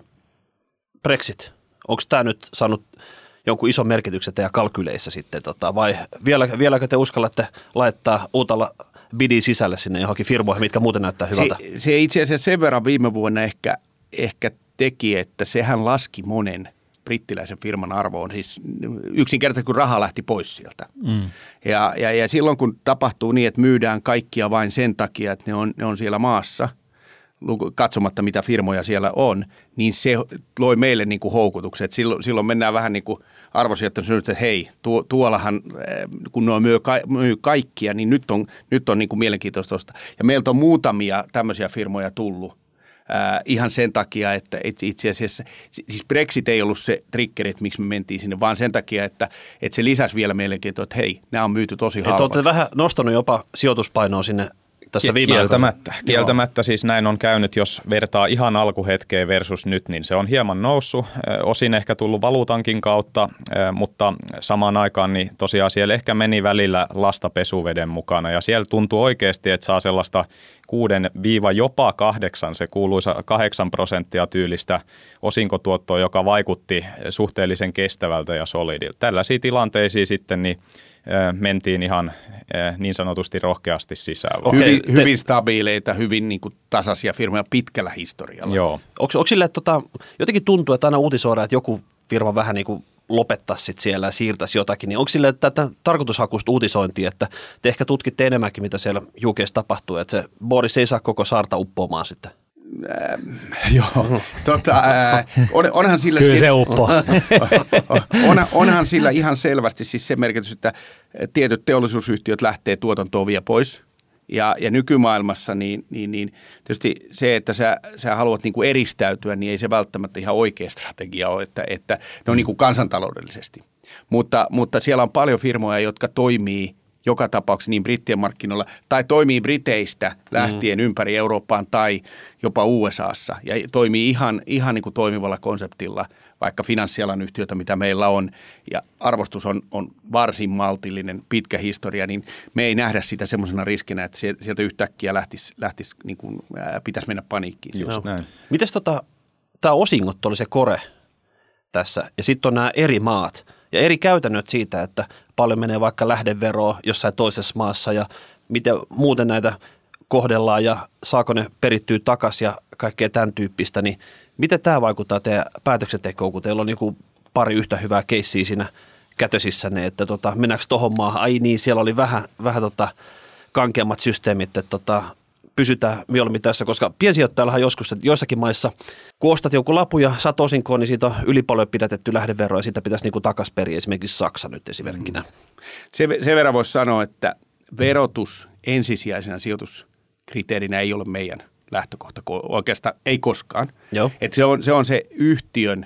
Brexit, onko tämä nyt saanut jonkun ison merkityksen teidän kalkyleissä sitten, tota, vai vielä, vieläkö te uskallatte laittaa uutalla bidin sisälle sinne johonkin firmoihin, mitkä muuten näyttää hyvältä? Se, se itse asiassa sen verran viime vuonna ehkä, ehkä teki, että sehän laski monen brittiläisen firman arvoon, siis yksinkertaisesti kun raha lähti pois sieltä. Mm. Ja, ja, ja silloin kun tapahtuu niin, että myydään kaikkia vain sen takia, että ne on, ne on siellä maassa, katsomatta mitä firmoja siellä on, niin se loi meille niin kuin houkutuksen. Silloin, silloin mennään vähän niin kuin arvosijoittajat sanoivat, että hei, tuo, tuollahan, kun ne myy, ka, myy kaikkia, niin nyt on, nyt on niin kuin mielenkiintoista ostaa. Ja meiltä on muutamia tämmöisiä firmoja tullut äh, ihan sen takia, että itse asiassa, siis Brexit ei ollut se triggeri, että miksi me mentiin sinne, vaan sen takia, että, että se lisäsi vielä mielenkiintoista, että hei, nämä on myyty tosi halvalla. Olette vähän nostanut jopa sijoituspainoa sinne tässä viime Kieltämättä. Aikoina. Kieltämättä siis näin on käynyt, jos vertaa ihan alkuhetkeen versus nyt, niin se on hieman noussut. Osin ehkä tullut valuutankin kautta, mutta samaan aikaan niin tosiaan siellä ehkä meni välillä lasta pesuveden mukana ja siellä tuntuu oikeasti, että saa sellaista kuuden viiva jopa kahdeksan, se kuuluisa kahdeksan prosenttia tyylistä osinkotuottoa, joka vaikutti suhteellisen kestävältä ja solidilta. Tällaisia tilanteisiin sitten niin mentiin ihan niin sanotusti rohkeasti sisään. Okay, hyvin, te... hyvin stabiileita, hyvin niin kuin tasaisia firmoja pitkällä historialla. Joo. Onko, onko sille, että tota, jotenkin tuntuu, että aina uutisoidaan, että joku firma vähän niin kuin lopettaisi sit siellä ja siirtäisi jotakin, niin onko sille että tätä tarkoitushakuista uutisointia, että te ehkä tutkitte enemmänkin, mitä siellä U K:ssä tapahtuu, että se Boris ei saa koko saarta uppoamaan sitten? Äh, joo, tota, äh, on, onhan sillä... Kyllä se uppo. on, onhan sillä ihan selvästi siis se merkitys, että tietyt teollisuusyhtiöt lähtee tuotanto-ovia pois. Ja, ja nykymaailmassa niin, niin, niin tietysti se, että sä, sä haluat niin kuin eristäytyä, niin ei se välttämättä ihan oikea strategia ole, että, että ne on niin kuin kansantaloudellisesti. Mutta, mutta siellä on paljon firmoja, jotka toimii joka tapauksessa niin brittien markkinoilla tai toimii Briteistä lähtien mm. ympäri Eurooppaan tai jopa U S A:ssa ja toimii ihan, ihan niin kuin toimivalla konseptilla, vaikka finanssialan yhtiötä, mitä meillä on, ja arvostus on, on varsin maltillinen, pitkä historia, niin me ei nähdä sitä semmoisena riskinä, että sieltä yhtäkkiä lähtisi, lähtisi niin kuin, ää, pitäisi mennä paniikkiin. Just näin. Mites tota, tämä osingot oli se kore tässä, ja sitten on nämä eri maat, ja eri käytännöt siitä, että paljon menee vaikka lähdeveroa jossain toisessa maassa, ja miten muuten näitä kohdellaan, ja saako ne perittyä takaisin, ja kaikkea tämän tyyppistä, niin miten tämä vaikuttaa teidän päätöksentekoon, kun teillä on niin pari yhtä hyvää keissiä siinä kätösissänne, että tota, mennäänkö tuohon maahan? Ai niin, siellä oli vähän, vähän tota, kankeammat systeemit, että tota, pysytään mieluummin tässä, koska piensijoittajallahan joskus, että joissakin maissa, kun ostat jonkun lapun ja saat osinkoon, niin siitä on yli paljon pidätetty lähdevero, ja siitä pitäisi niin takasperiä, esimerkiksi Saksa nyt esimerkkinä. Mm. Se, sen verran voisi sanoa, että verotus ensisijaisena sijoituskriteerinä ei ole meidän lähtökohta, oikeastaan ei koskaan. Että se, on, se on se yhtiön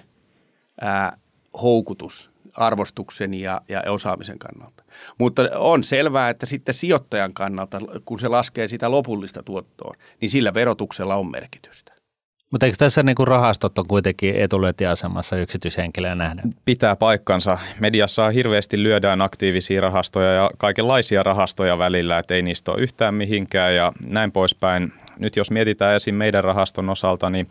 ää, houkutus arvostuksen ja, ja osaamisen kannalta. Mutta on selvää, että sitten sijoittajan kannalta, kun se laskee sitä lopullista tuottoa, niin sillä verotuksella on merkitystä. Mutta eikö tässä niin kuin rahastot on kuitenkin etulyöntiasemassa yksityishenkilöä nähden? Pitää paikkansa. Mediassa hirveästi lyödään aktiivisia rahastoja ja kaikenlaisia rahastoja välillä, että ei niistä ole yhtään mihinkään ja näin poispäin. Nyt jos mietitään esim. Meidän rahaston osalta, niin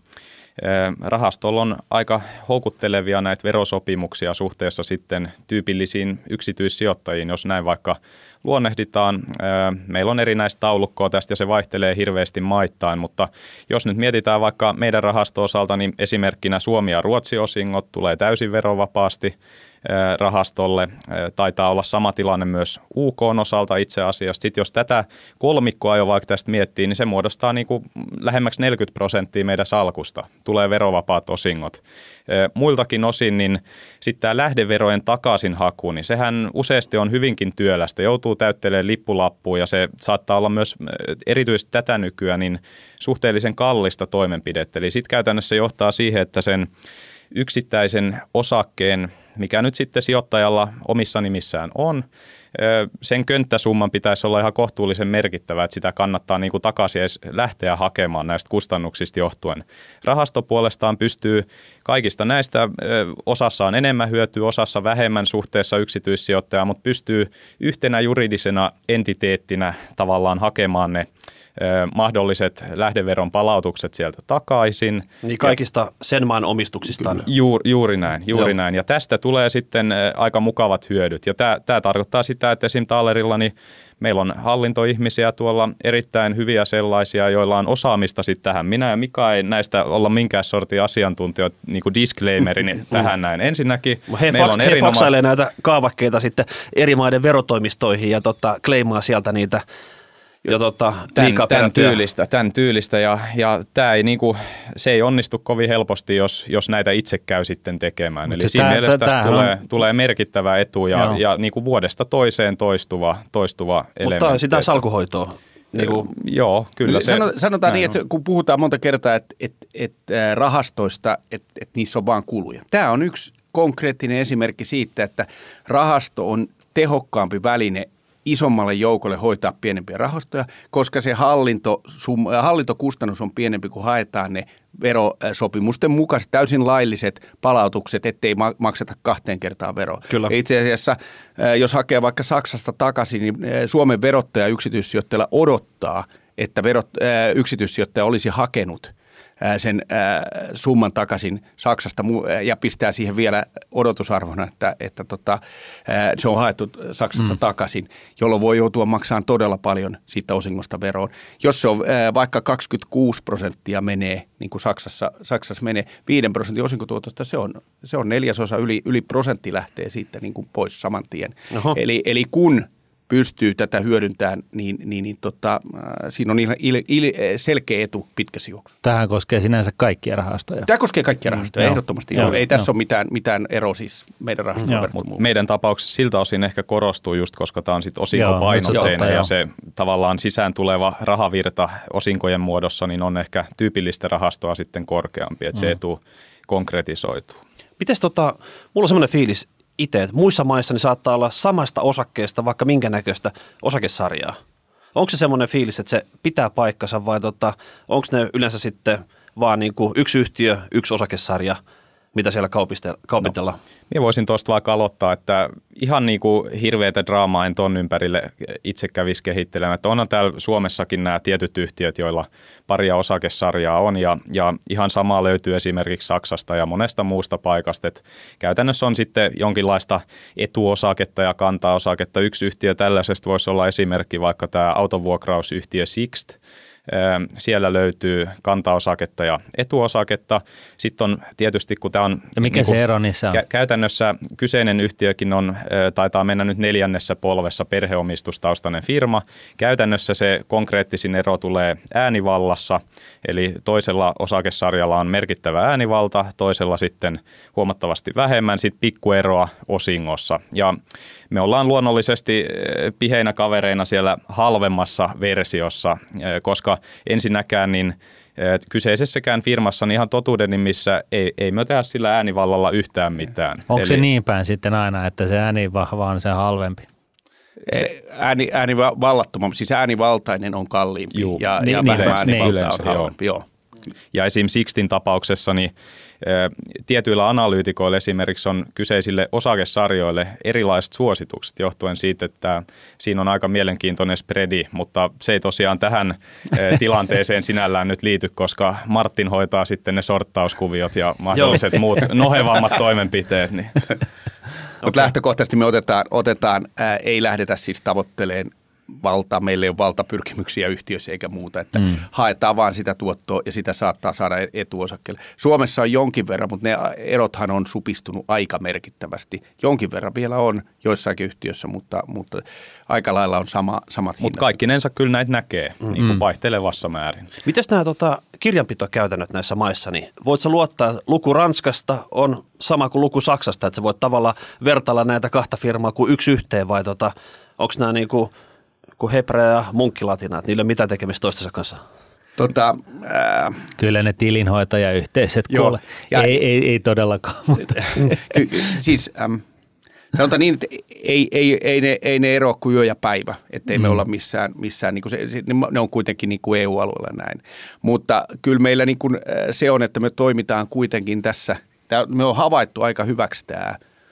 rahastolla on aika houkuttelevia näitä verosopimuksia suhteessa sitten tyypillisiin yksityissijoittajiin, jos näin vaikka luonnehditaan. Meillä on erinäistä taulukkoa tästä ja se vaihtelee hirveästi maittain, mutta jos nyt mietitään vaikka meidän rahasto-osalta, niin esimerkkinä Suomi- ja Ruotsi-osingot tulee täysin verovapaasti rahastolle. Taitaa olla sama tilanne myös U K:n osalta itse asiassa. Sitten jos tätä kolmikkoa jo vaikka tästä miettii, niin se muodostaa niin kuin lähemmäksi neljäkymmentä prosenttia meidän salkusta. Tulee verovapaat osingot. Muiltakin osin, niin sitten tämä lähdeverojen takaisinhaku, niin sehän useasti on hyvinkin työlästä. Joutuu täyttelemään lippulappuun ja se saattaa olla myös erityisesti tätä nykyään niin suhteellisen kallista toimenpidettä. Eli sitten käytännössä johtaa siihen, että sen yksittäisen osakkeen, mikä nyt sitten sijoittajalla omissa nimissään on, sen könttäsumman pitäisi olla ihan kohtuullisen merkittävä, että sitä kannattaa niin kuin takaisin edes lähteä hakemaan näistä kustannuksista johtuen. Rahasto puolestaan pystyy kaikista näistä, osassa on enemmän hyötyä, osassa vähemmän suhteessa yksityissijoittajaan, mutta pystyy yhtenä juridisena entiteettinä tavallaan hakemaan ne mahdolliset lähdeveron palautukset sieltä takaisin. Niin kaikista ja, sen maan omistuksistaan. Juuri, juuri näin, juuri näin. Ja tästä tulee sitten aika mukavat hyödyt. Ja tämä, tämä tarkoittaa sitä, että esim. Taalerilla niin meillä on hallintoihmisiä tuolla, erittäin hyviä sellaisia, joilla on osaamista sitten tähän. Minä ja Mika ei näistä olla minkään sortin asiantuntijoita, niin kuin disclaimerin tähän näin. Ensinnäkin he meillä faks, on erinoma... He faksailee näitä kaavakkeita sitten eri maiden verotoimistoihin ja tota, kleimaa sieltä niitä ja tota, tämän, liikaa tämän perättyä. tyylistä, tämän tyylistä ja, ja tämä ei niinku, se ei onnistu kovin helposti, jos, jos näitä itse käy sitten tekemään. Mut Eli siinä tää, mielessä tästä tulee, on... tulee merkittävä etu ja, ja niinku vuodesta toiseen toistuva, toistuva elementti. Mutta sitä salkuhoitoa. Niin kuin, joo, kyllä se. Sanotaan niin, että kun puhutaan monta kertaa, että, että, että rahastoista, että, että niissä on vaan kuluja. Tämä on yksi konkreettinen esimerkki siitä, että rahasto on tehokkaampi väline isommalle joukolle hoitaa pienempiä rahastoja, koska se hallinto, sum, hallintokustannus on pienempi, kun haetaan ne verosopimusten mukaiset täysin lailliset palautukset, ettei makseta kahteen kertaan veroa. Kyllä. Itse asiassa, jos hakee vaikka Saksasta takaisin, niin Suomen verottaja yksityissijoittajalla odottaa, että verot, yksityissijoittaja olisi hakenut sen summan takaisin Saksasta ja pistää siihen vielä odotusarvona, että, että tota, se on haettu Saksasta mm. takaisin, jolloin voi joutua maksamaan todella paljon siitä osingosta veroon. Jos se on vaikka kaksikymmentäkuusi prosenttia menee, niin kuin Saksassa, Saksassa menee, viiden prosentin osinkotuotosta, se on, se on neljäsosa, yli, yli prosentti lähtee siitä niin kuin pois saman tien. Eli, eli kun pystyy tätä hyödyntämään, niin, niin, niin tota, äh, siinä on il, il, il, selkeä etu pitkässä juoksussa. Tämähän koskee sinänsä kaikkia rahastoja. Tämä koskee kaikkia rahastoja, mm, ehdottomasti. Joo, ei tässä joo. ole mitään, mitään eroa siis meidän rahastoon verrattuna. Meidän tapauksessa siltä osin ehkä korostuu just, koska tämä on sitten osinkopainotteinen ja se tavallaan sisään tuleva rahavirta osinkojen muodossa niin on ehkä tyypillistä rahastoa sitten korkeampi, että mm. se etu konkretisoituu. Mites tota, mulla on semmoinen fiilis, itse, että muissa maissa niin saattaa olla samasta osakkeesta vaikka minkä näköistä osakesarjaa. Onko se semmoinen fiilis, että se pitää paikkansa vai tota, onko ne yleensä sitten vaan niin kuin yksi yhtiö, yksi osakesarja, mitä siellä kaupitellaan? No, minä voisin tuosta vaikka aloittaa, että ihan niin kuin hirveätä draamaa en ton ympärille itse kävisi kehittelemään. Että onhan täällä Suomessakin nämä tietyt yhtiöt, joilla paria osakesarjaa on ja, ja ihan samaa löytyy esimerkiksi Saksasta ja monesta muusta paikasta. Että käytännössä on sitten jonkinlaista etuosaketta ja kantaosaketta. Yksi yhtiö tällaisesta voisi olla esimerkki vaikka tämä autovuokrausyhtiö Sixt. Siellä löytyy kantaosaketta ja etuosaketta. Sitten on tietysti, kun tämä on... Ja mikä niin se ero niissä on? Kä- käytännössä kyseinen yhtiökin on, taitaa mennä nyt neljännessä polvessa perheomistustaustainen firma. Käytännössä se konkreettisin ero tulee äänivallassa, eli toisella osakesarjalla on merkittävä äänivalta, toisella sitten huomattavasti vähemmän, sitten pikkueroa osingossa. Ja me ollaan luonnollisesti piheinä kavereina siellä halvemmassa versiossa, koska ensinnäkään niin kyseisessäkään firmassa niin ihan totuuden nimissä ei, ei me tehdä sillä äänivallalla yhtään mitään. Onko Eli, se niin päin sitten aina, että se äänivahva on se halvempi? Se, ääni, äänivallattoman, siis äänivaltainen on kalliimpi Juu, ja, niin, ja niin, vähemmän äänivaltaa yleensä, on halvempi. Joo. Ja esim. Sixtin tapauksessa niin tietyillä analyytikoilla esimerkiksi on kyseisille osakesarjoille erilaiset suositukset johtuen siitä, että siinä on aika mielenkiintoinen spreadi, mutta se ei tosiaan tähän tilanteeseen sinällään nyt liity, koska Martin hoitaa sitten ne sorttauskuviot ja mahdolliset muut nohevammat toimenpiteet. Niin. Mutta lähtökohtaisesti me otetaan, otetaan ää, ei lähdetä siis tavoittelemaan valtaa, meillä ei ole valtapyrkimyksiä yhtiöissä eikä muuta, että mm. haetaan vaan sitä tuottoa ja sitä saattaa saada etuosakkeelle. Suomessa on jonkin verran, mutta ne erothan on supistunut aika merkittävästi. Jonkin verran vielä on joissakin yhtiöissä, mutta, mutta aika lailla on sama, samat hinnat. Mutta kaikkinensa kyllä näitä näkee mm. niin kuin vaihtelevassa määrin. Mites nämä tota, kirjanpitokäytännöt näissä maissa, niin voit sä luottaa, luku Ranskasta on sama kuin luku Saksasta, että sä voit tavallaan vertailla näitä kahta firmaa kuin yksi yhteen vai tota, onko nämä niin kuin kuin hebrea ja munkkilatina, että niillä ei ole mitään tekemistä toistensa kanssa? Tota, ää... Kyllä ne tilinhoitajayhteisöt kuule. Ja... Ei, ei, ei todellakaan. Mutta. Siis äm, sanotaan niin, että ei, ei, ei, ne, ei ne eroa kuin yö ja päivä, ettei mm. me olla missään, missään niin kuin se, ne on kuitenkin niin kuin E U-alueella näin. Mutta kyllä meillä niin kuin se on, että me toimitaan kuitenkin tässä, me on havaittu aika hyväksi tämä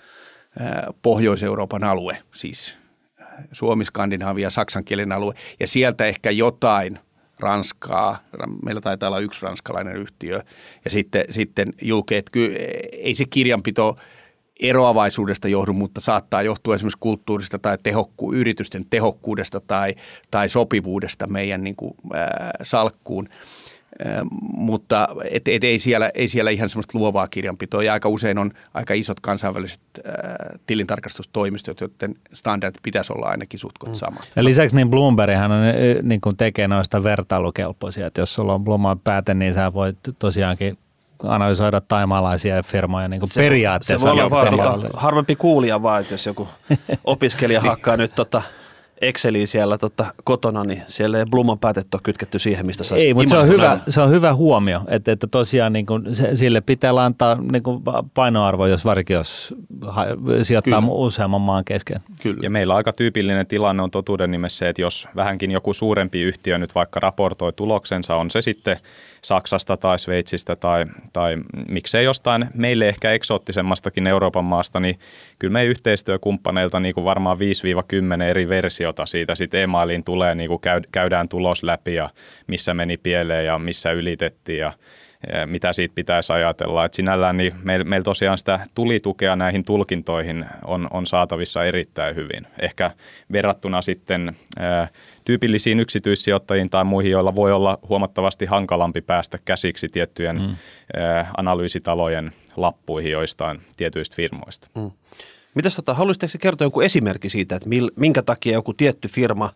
Pohjois-Euroopan alue, siis Suomi, Skandinavia, saksankielinen alue ja sieltä ehkä jotain Ranskaa. Meillä taitaa olla yksi ranskalainen yhtiö ja sitten, sitten U K, että kyllä ei se kirjanpito eroavaisuudesta johdu, mutta saattaa johtua esimerkiksi kulttuurista tai tehokku, yritysten tehokkuudesta tai, tai sopivuudesta meidän niin kuin, ää, salkkuun. mutta et, et ei, siellä, ei siellä ihan semmoista luovaa kirjanpitoa ja aika usein on aika isot kansainväliset ää, tilintarkastustoimistot, joiden standardit pitäisi olla ainakin suhtkot samat. Ja lisäksi niin Bloomberghan on, niin kuin tekee noista vertailukelpoisia, että jos sulla on Bloomberg pääte, niin sä voit tosiaankin analysoida taimaalaisia firmoja niin kuin se, periaatteessa. Se voi olla vaan tota, harvempi kuulija vaan, että jos joku opiskelija hakkaa nyt tota Exceliä siellä tota, kotona, niin siellä ei Bluman päätettä ole kytketty siihen, mistä saisi. Ei, mutta se on, hyvä, se on hyvä huomio, että, että tosiaan niin kuin, se, sille pitää antaa niin kuin painoarvo, jos varsinkin jos sijoittaa Kyllä. useamman maan kesken. Kyllä. Ja meillä aika tyypillinen tilanne on totuuden nimessä se, että jos vähänkin joku suurempi yhtiö nyt vaikka raportoi tuloksensa, on se sitten Saksasta tai Sveitsistä tai, tai miksei jostain meille ehkä eksoottisemmastakin Euroopan maasta, niin kyllä meidän yhteistyökumppaneilta niin kuin varmaan viisi kymmenen eri versiota siitä sitten e-mailiin tulee, niin kuin käydään tulos läpi ja missä meni pieleen ja missä ylitettiin ja mitä siitä pitäisi ajatella. Et sinällään niin meillä meil tosiaan sitä tulitukea näihin tulkintoihin on, on saatavissa erittäin hyvin. Ehkä verrattuna sitten ää, tyypillisiin yksityissijoittajiin tai muihin, joilla voi olla huomattavasti hankalampi päästä käsiksi tiettyjen mm. ää, analyysitalojen lappuihin joistain tietyistä firmoista. Mm. Mitäs tota, haluaisitteko kertoa joku esimerkki siitä, että mil, minkä takia joku tietty firma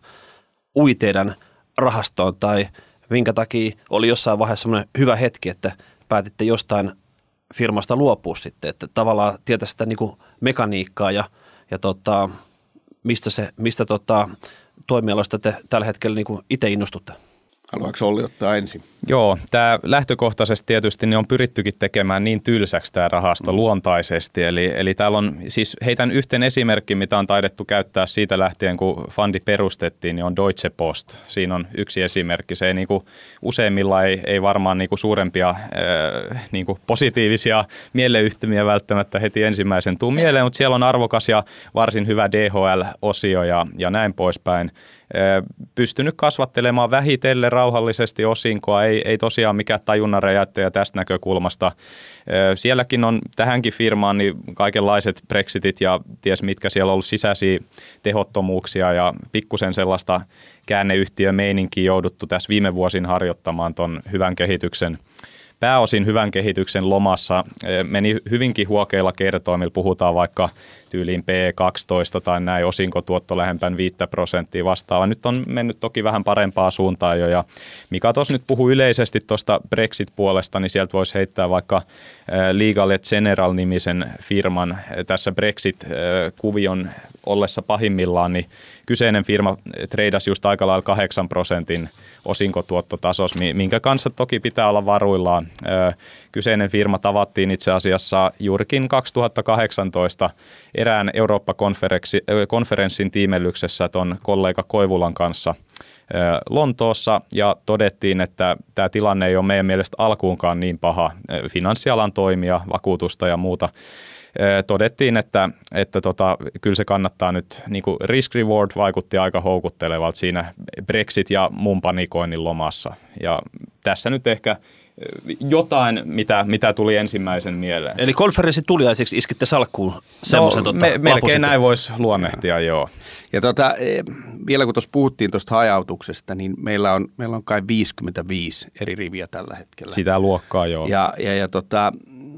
ui teidän rahastoon tai minkä takia oli jossain vaiheessa semmoinen hyvä hetki, että päätitte jostain firmasta luopua sitten, että tavallaan tietää sitä niin kuin mekaniikkaa ja, ja tota, mistä, se, mistä tota, toimialoista te tällä hetkellä niin kuin itse innostutte? Haluatko Olli ottaa ensin? Joo, tämä lähtökohtaisesti tietysti niin on pyrittykin tekemään niin tylsäksi tämä rahasto mm. luontaisesti. Eli, eli täällä on, siis heitän yhten esimerkki, mitä on taidettu käyttää siitä lähtien, kun fundi perustettiin, niin on Deutsche Post. Siinä on yksi esimerkki. Se ei niin kuin, useimmilla ei, ei varmaan niin kuin suurempia äh, niin kuin positiivisia mieleyhtymiä välttämättä heti ensimmäisen tuu mieleen, mutta siellä on arvokas ja varsin hyvä D H L-osio ja, ja näin poispäin. Pystynyt kasvattelemaan vähitellen rauhallisesti osinkoa, ei, ei tosiaan mikään tajunnan räjäyttäjä tästä näkökulmasta. Sielläkin on tähänkin firmaan niin kaikenlaiset Brexitit ja ties mitkä siellä on ollut sisäisiä tehottomuuksia ja pikkusen sellaista käänneyhtiömeininkiä jouduttu tässä viime vuosin harjoittamaan ton hyvän kehityksen pääosin hyvän kehityksen lomassa. Meni hyvinkin huokeilla kertoimilla, puhutaan vaikka tyyliin P E kaksitoista tai näin, osinkotuotto lähempään viittä prosenttia vastaava. Nyt on mennyt toki vähän parempaa suuntaan jo, ja Mika tuossa nyt puhui yleisesti tuosta Brexit-puolesta, niin sieltä voisi heittää vaikka Legal and General-nimisen firman tässä Brexit-kuvion ollessa pahimmillaan, niin kyseinen firma treidasi just aika lailla kahdeksan prosentin osinkotuottotasos, minkä kanssa toki pitää olla varuillaan. Kyseinen firma tavattiin itse asiassa juurikin kaksituhattakahdeksantoista erään Eurooppa-konferenssin tiimellyksessä ton kollega Koivulan kanssa Lontoossa, ja todettiin, että tämä tilanne ei ole meidän mielestä alkuunkaan niin paha. Finanssialan toimia, vakuutusta ja muuta. Todettiin, että, että tota, kyllä se kannattaa nyt, niin kuin risk reward vaikutti aika houkuttelevalta siinä Brexit ja mun panikoinnin lomassa. Ja tässä nyt ehkä jotain, mitä, mitä tuli ensimmäisen mieleen. Eli konferenssi tuliaiseksi iskitte salkkuun semmoisen no, tota, me, melkein näin voisi luonnehtia, joo. Ja tota, vielä kun tuossa puhuttiin tuosta hajautuksesta, niin meillä on, meillä on kai viisikymmentäviisi eri riviä tällä hetkellä. Sitä luokkaa, joo. Ja, ja, ja tota,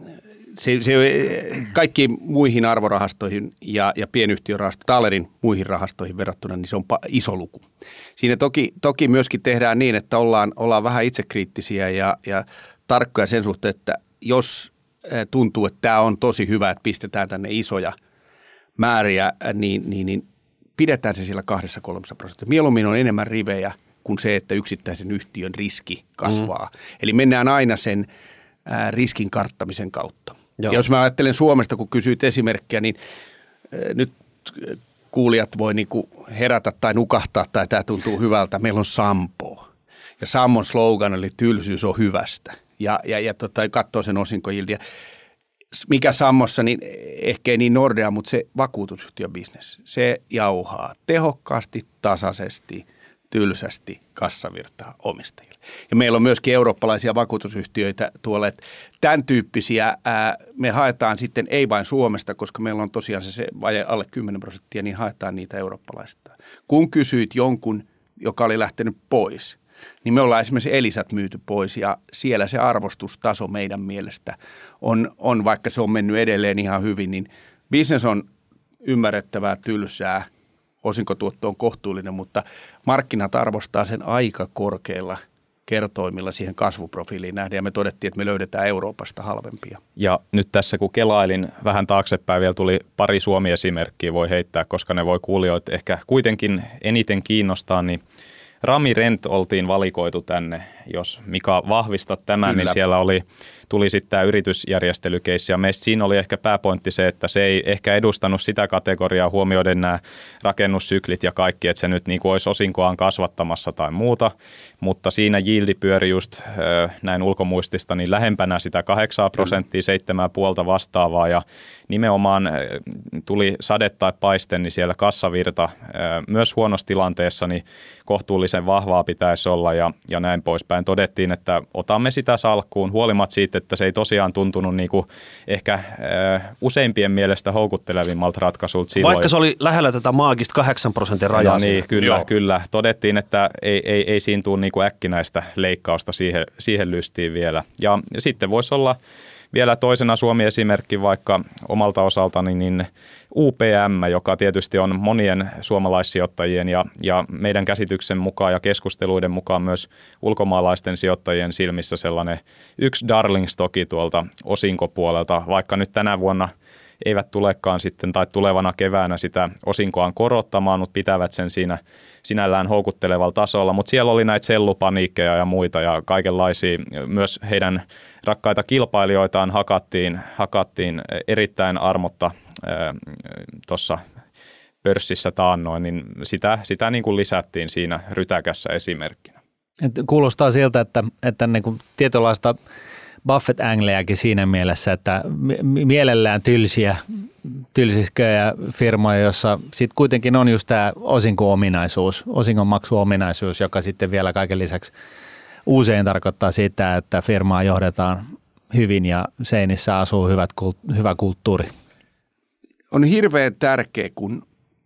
se, se kaikkiin muihin arvorahastoihin ja, ja pienyhtiörahastoihin, Thaalerin muihin rahastoihin verrattuna, niin se on iso luku. Siinä toki, toki myöskin tehdään niin, että ollaan, ollaan vähän itsekriittisiä ja, ja tarkkoja sen suhteen, että jos tuntuu, että tämä on tosi hyvä, että pistetään tänne isoja määriä, niin, niin, niin pidetään se siellä kahdessa kolmessa prosenttia. Mieluummin on enemmän rivejä kuin se, että yksittäisen yhtiön riski kasvaa. Mm. Eli mennään aina sen ää, riskin karttamisen kautta. Joo. Ja jos mä ajattelen Suomesta, kun kysyit esimerkkiä, niin ää, nyt kuulijat voi niinku herätä tai nukahtaa tai tämä tuntuu hyvältä. Meillä on Sampo. Ja Sammon slogan oli tylsyys on hyvästä. Ja, ja, ja tota, katsoo sen osinkojildia. Mikä Sammossa, niin ehkä ei niin Nordea, mutta se vakuutusyhtiöbisnes. Se jauhaa tehokkaasti, tasaisesti, tylsästi kassavirtaa omistajille. Ja meillä on myöskin eurooppalaisia vakuutusyhtiöitä tuolla, että tämän tyyppisiä ää, me haetaan sitten ei vain Suomesta, koska meillä on tosiaan se, se vaje alle kymmenen prosenttia, niin haetaan niitä eurooppalaisista. Kun kysyit jonkun, joka oli lähtenyt pois, niin me ollaan esimerkiksi Elisat myyty pois ja siellä se arvostustaso meidän mielestä on, on vaikka se on mennyt edelleen ihan hyvin, niin business on ymmärrettävää, tylsää, osinkotuotto on kohtuullinen, mutta markkinat arvostaa sen aika korkeilla kertoimilla siihen kasvuprofiiliin nähden ja me todettiin, että me löydetään Euroopasta halvempia. Ja nyt tässä kun kelailin vähän taaksepäin, vielä tuli pari Suomi-esimerkkiä voi heittää, koska ne voi kuulijoita ehkä kuitenkin eniten kiinnostaa, niin Rami Rent oltiin valikoitu tänne, jos Mika vahvistat tämän, Kyllä. niin siellä oli, tuli sitten tämä yritysjärjestelykeissi ja meistä siinä oli ehkä pääpointti se, että se ei ehkä edustanut sitä kategoriaa huomioiden nämä rakennussyklit ja kaikki, että se nyt niin kuin olisi osinkoaan kasvattamassa tai muuta, mutta siinä yieldi pyöri just näin ulkomuistista niin lähempänä sitä kahdeksan prosenttia, seitsemän puolta vastaavaa ja nimenomaan tuli sade tai paiste, niin siellä kassavirta myös huonossa tilanteessa niin kohtuullisen vahvaa pitäisi olla ja, ja näin poispäin. Todettiin, että otamme sitä salkkuun huolimatta siitä, että se ei tosiaan tuntunut niin kuin ehkä äh, useimpien mielestä houkuttelevimmalta ratkaisulta silloin. Vaikka se oli lähellä tätä maagista kahdeksan prosentin rajaa. No niin, kyllä, Joo. kyllä. Todettiin, että ei, ei, ei siinä tule niin kuin äkkinäistä leikkausta siihen, siihen lystiin vielä. Ja sitten voisi olla vielä toisena Suomi-esimerkki vaikka omalta osaltani, niin U P M, joka tietysti on monien suomalaissijoittajien ja, ja meidän käsityksen mukaan ja keskusteluiden mukaan myös ulkomaalaisten sijoittajien silmissä sellainen yksi darling stocki tuolta osinkopuolelta, vaikka nyt tänä vuonna eivät tulekaan sitten tai tulevana keväänä sitä osinkoaan korottamaan, mutta pitävät sen siinä sinällään houkuttelevalla tasolla. Mutta siellä oli näitä sellupaniikkeja ja muita ja kaikenlaisia. Myös heidän rakkaita kilpailijoitaan hakattiin, hakattiin erittäin armotta tuossa pörssissä taannoin, niin sitä, sitä niin kuin lisättiin siinä rytäkässä esimerkkinä. Et kuulostaa siltä, että, että niin kuin tietynlaista Buffett-ängleäkin siinä mielessä, että mielellään tylsiä, tylsisköjä firmoja, jossa sitten kuitenkin on just tämä osinko-ominaisuus, osingonmaksuominaisuus, joka sitten vielä kaiken lisäksi usein tarkoittaa sitä, että firmaa johdetaan hyvin ja seinissä asuu hyvät, hyvä kulttuuri. On hirveän tärkeä, kun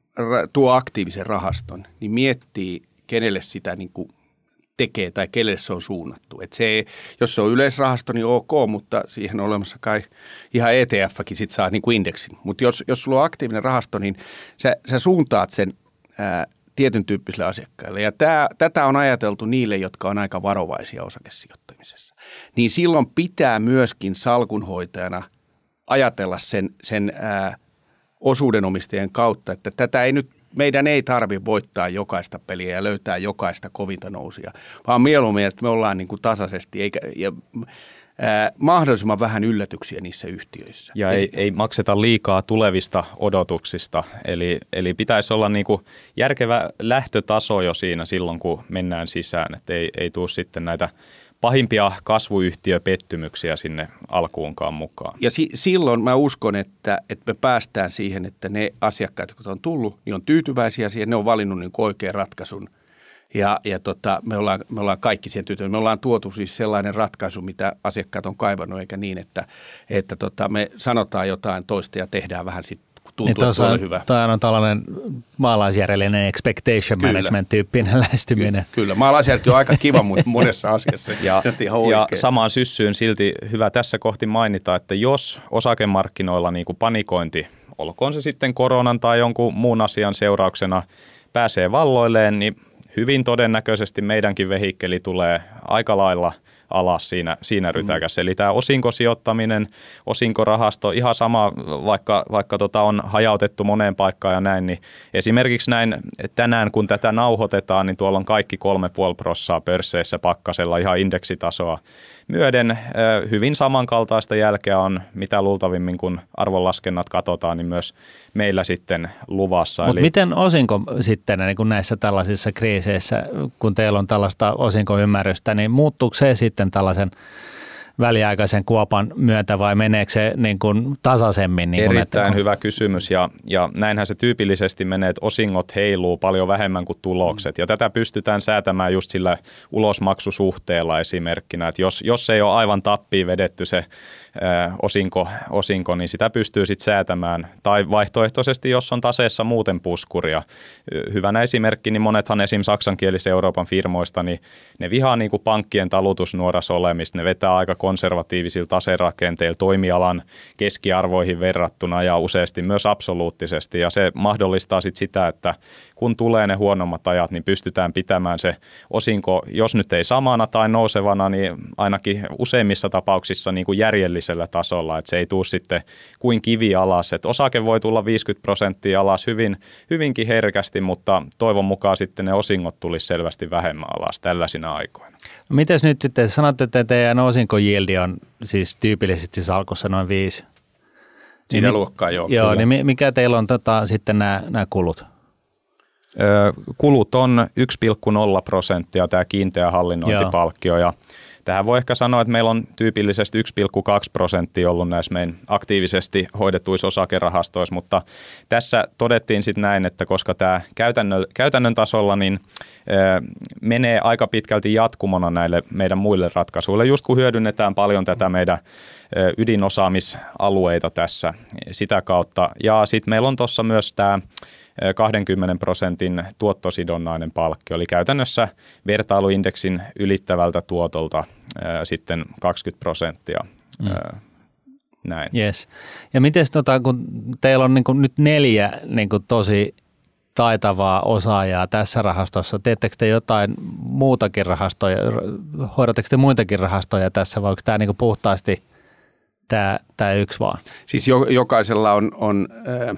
tuo aktiivisen rahaston, niin miettii, kenelle sitä niin kuin tekee tai kenelle se on suunnattu. Et se, jos se on yleisrahasto, niin ok, mutta siihen on olemassa kai ihan E T F:kin sit saa niin kuin indeksin. Mutta jos, jos sulla on aktiivinen rahasto, niin sä, sä suuntaat sen ää, tietyn tyyppisille asiakkaille. Ja tää, tätä on ajateltu niille, jotka on aika varovaisia osakesijoittamisessa. Niin silloin pitää myöskin salkunhoitajana ajatella sen, sen ää, osuudenomistajien kautta, että tätä ei nyt meidän ei tarvitse voittaa jokaista peliä ja löytää jokaista kovinta nousia, vaan mieluummin, että me ollaan niin kuin tasaisesti eikä, ja ää, mahdollisimman vähän yllätyksiä niissä yhtiöissä. Ja ei, ei makseta liikaa tulevista odotuksista, eli, eli pitäisi olla niin kuin järkevä lähtötaso jo siinä silloin, kun mennään sisään, että ei, ei tule sitten näitä pahimpia kasvuyhtiöpettymyksiä sinne alkuunkaan mukaan. Ja si- silloin mä uskon, että, että me päästään siihen, että ne asiakkaat, jotka on tullut, niin on tyytyväisiä siihen, ne on valinnut niin oikean ratkaisun. Ja, ja tota, me, ollaan, me ollaan kaikki siihen tyytyväisiä. Me ollaan tuotu siis sellainen ratkaisu, mitä asiakkaat on kaivannut, eikä niin, että, että tota, me sanotaan jotain toista ja tehdään vähän sitten. Tuntuu, niin on, hyvä. Tämä on tällainen maalaisjärjellinen expectation kyllä. management-tyyppinen lähestyminen. Ky- kyllä, maalaisjärki on aika kiva monessa asiassa. ja, ja samaan syssyyn silti hyvä tässä kohti mainita, että jos osakemarkkinoilla niin kuin panikointi, olkoon se sitten koronan tai jonkun muun asian seurauksena, pääsee valloilleen, niin hyvin todennäköisesti meidänkin vehikkeli tulee aika lailla alas siinä, siinä rytäkässä. Mm. Eli tämä osinkosijoittaminen, osinkorahasto, ihan sama, vaikka, vaikka tota on hajautettu moneen paikkaan ja näin, niin esimerkiksi näin tänään, kun tätä nauhoitetaan, niin tuolla on kaikki kolme puoli prossaa pörsseissä pakkasella ihan indeksitasoa myöden. Hyvin samankaltaista jälkeä on, mitä luultavimmin, kun arvonlaskennat katsotaan, niin myös meillä sitten luvassa. Mutta Eli... miten osinko sitten niin kun näissä tällaisissa kriiseissä, kun teillä on tällaista osinkoymmärrystä, niin muuttuuko se sitten tällaisen väliaikaisen kuopan myötä vai meneekö se niin kuin tasaisemmin? Niin Erittäin että, hyvä kysymys ja, ja näinhän se tyypillisesti menee, että osingot heiluu paljon vähemmän kuin tulokset. Ja tätä pystytään säätämään just sillä ulosmaksusuhteella esimerkkinä, että jos, jos ei ole aivan tappiin vedetty se ää, osinko, osinko, niin sitä pystyy sitten säätämään. Tai vaihtoehtoisesti, jos on taseessa muuten puskuria. Hyvänä esimerkki, niin monethan esim. Saksankielisen Euroopan firmoista, niin ne vihaa niin kuin pankkien talutusnuoras olemista. Ne vetää aika konservatiivisilla taserakenteilla toimialan keskiarvoihin verrattuna ja useasti myös absoluuttisesti. Ja se mahdollistaa sitten sitä, että kun tulee ne huonommat ajat, niin pystytään pitämään se osinko, jos nyt ei samana tai nousevana, niin ainakin useimmissa tapauksissa niin kuin järjellisellä tasolla, että se ei tule sitten kuin kivi alas. Että osake voi tulla viisikymmentä prosenttia alas hyvin, hyvinkin herkästi, mutta toivon mukaan sitten ne osingot tulisi selvästi vähemmän alas tällaisina aikoina. No mites nyt sitten, sanotte, että teidän osinkojildi on siis tyypillisesti salkussa noin viisi. Siinä niin, luokkaa joo. Joo, kyllä. niin mikä teillä on tota, sitten nämä, nämä kulut? Ö, kulut on yksi pilkku nolla prosenttia tämä kiinteä hallinnointipalkkio ja tähän voi ehkä sanoa, että meillä on tyypillisesti yksi pilkku kaksi prosenttia ollut näissä meidän aktiivisesti hoidetuissa osakerahastoissa, mutta tässä todettiin sitten näin, että koska tämä käytännön, käytännön tasolla niin ö, menee aika pitkälti jatkumona näille meidän muille ratkaisuille, just kun hyödynnetään paljon tätä meidän ö, ydinosaamisalueita tässä sitä kautta. Ja sitten meillä on tuossa myös tämä kaksikymmentä prosentin tuottosidonnainen palkkio, eli käytännössä vertailuindeksin ylittävältä tuotolta ää, sitten kaksikymmentä prosenttia. Mm. Ää, näin. Yes. Ja miten tota, kun teillä on niin kuin nyt neljä niin kuin tosi taitavaa osaajaa tässä rahastossa, teettekö te jotain muutakin rahastoja, hoidatteko te muitakin rahastoja tässä, vai onko tämä niin kuin puhtaasti tämä, tämä yksi vaan? Siis jo, jokaisella on... on äh,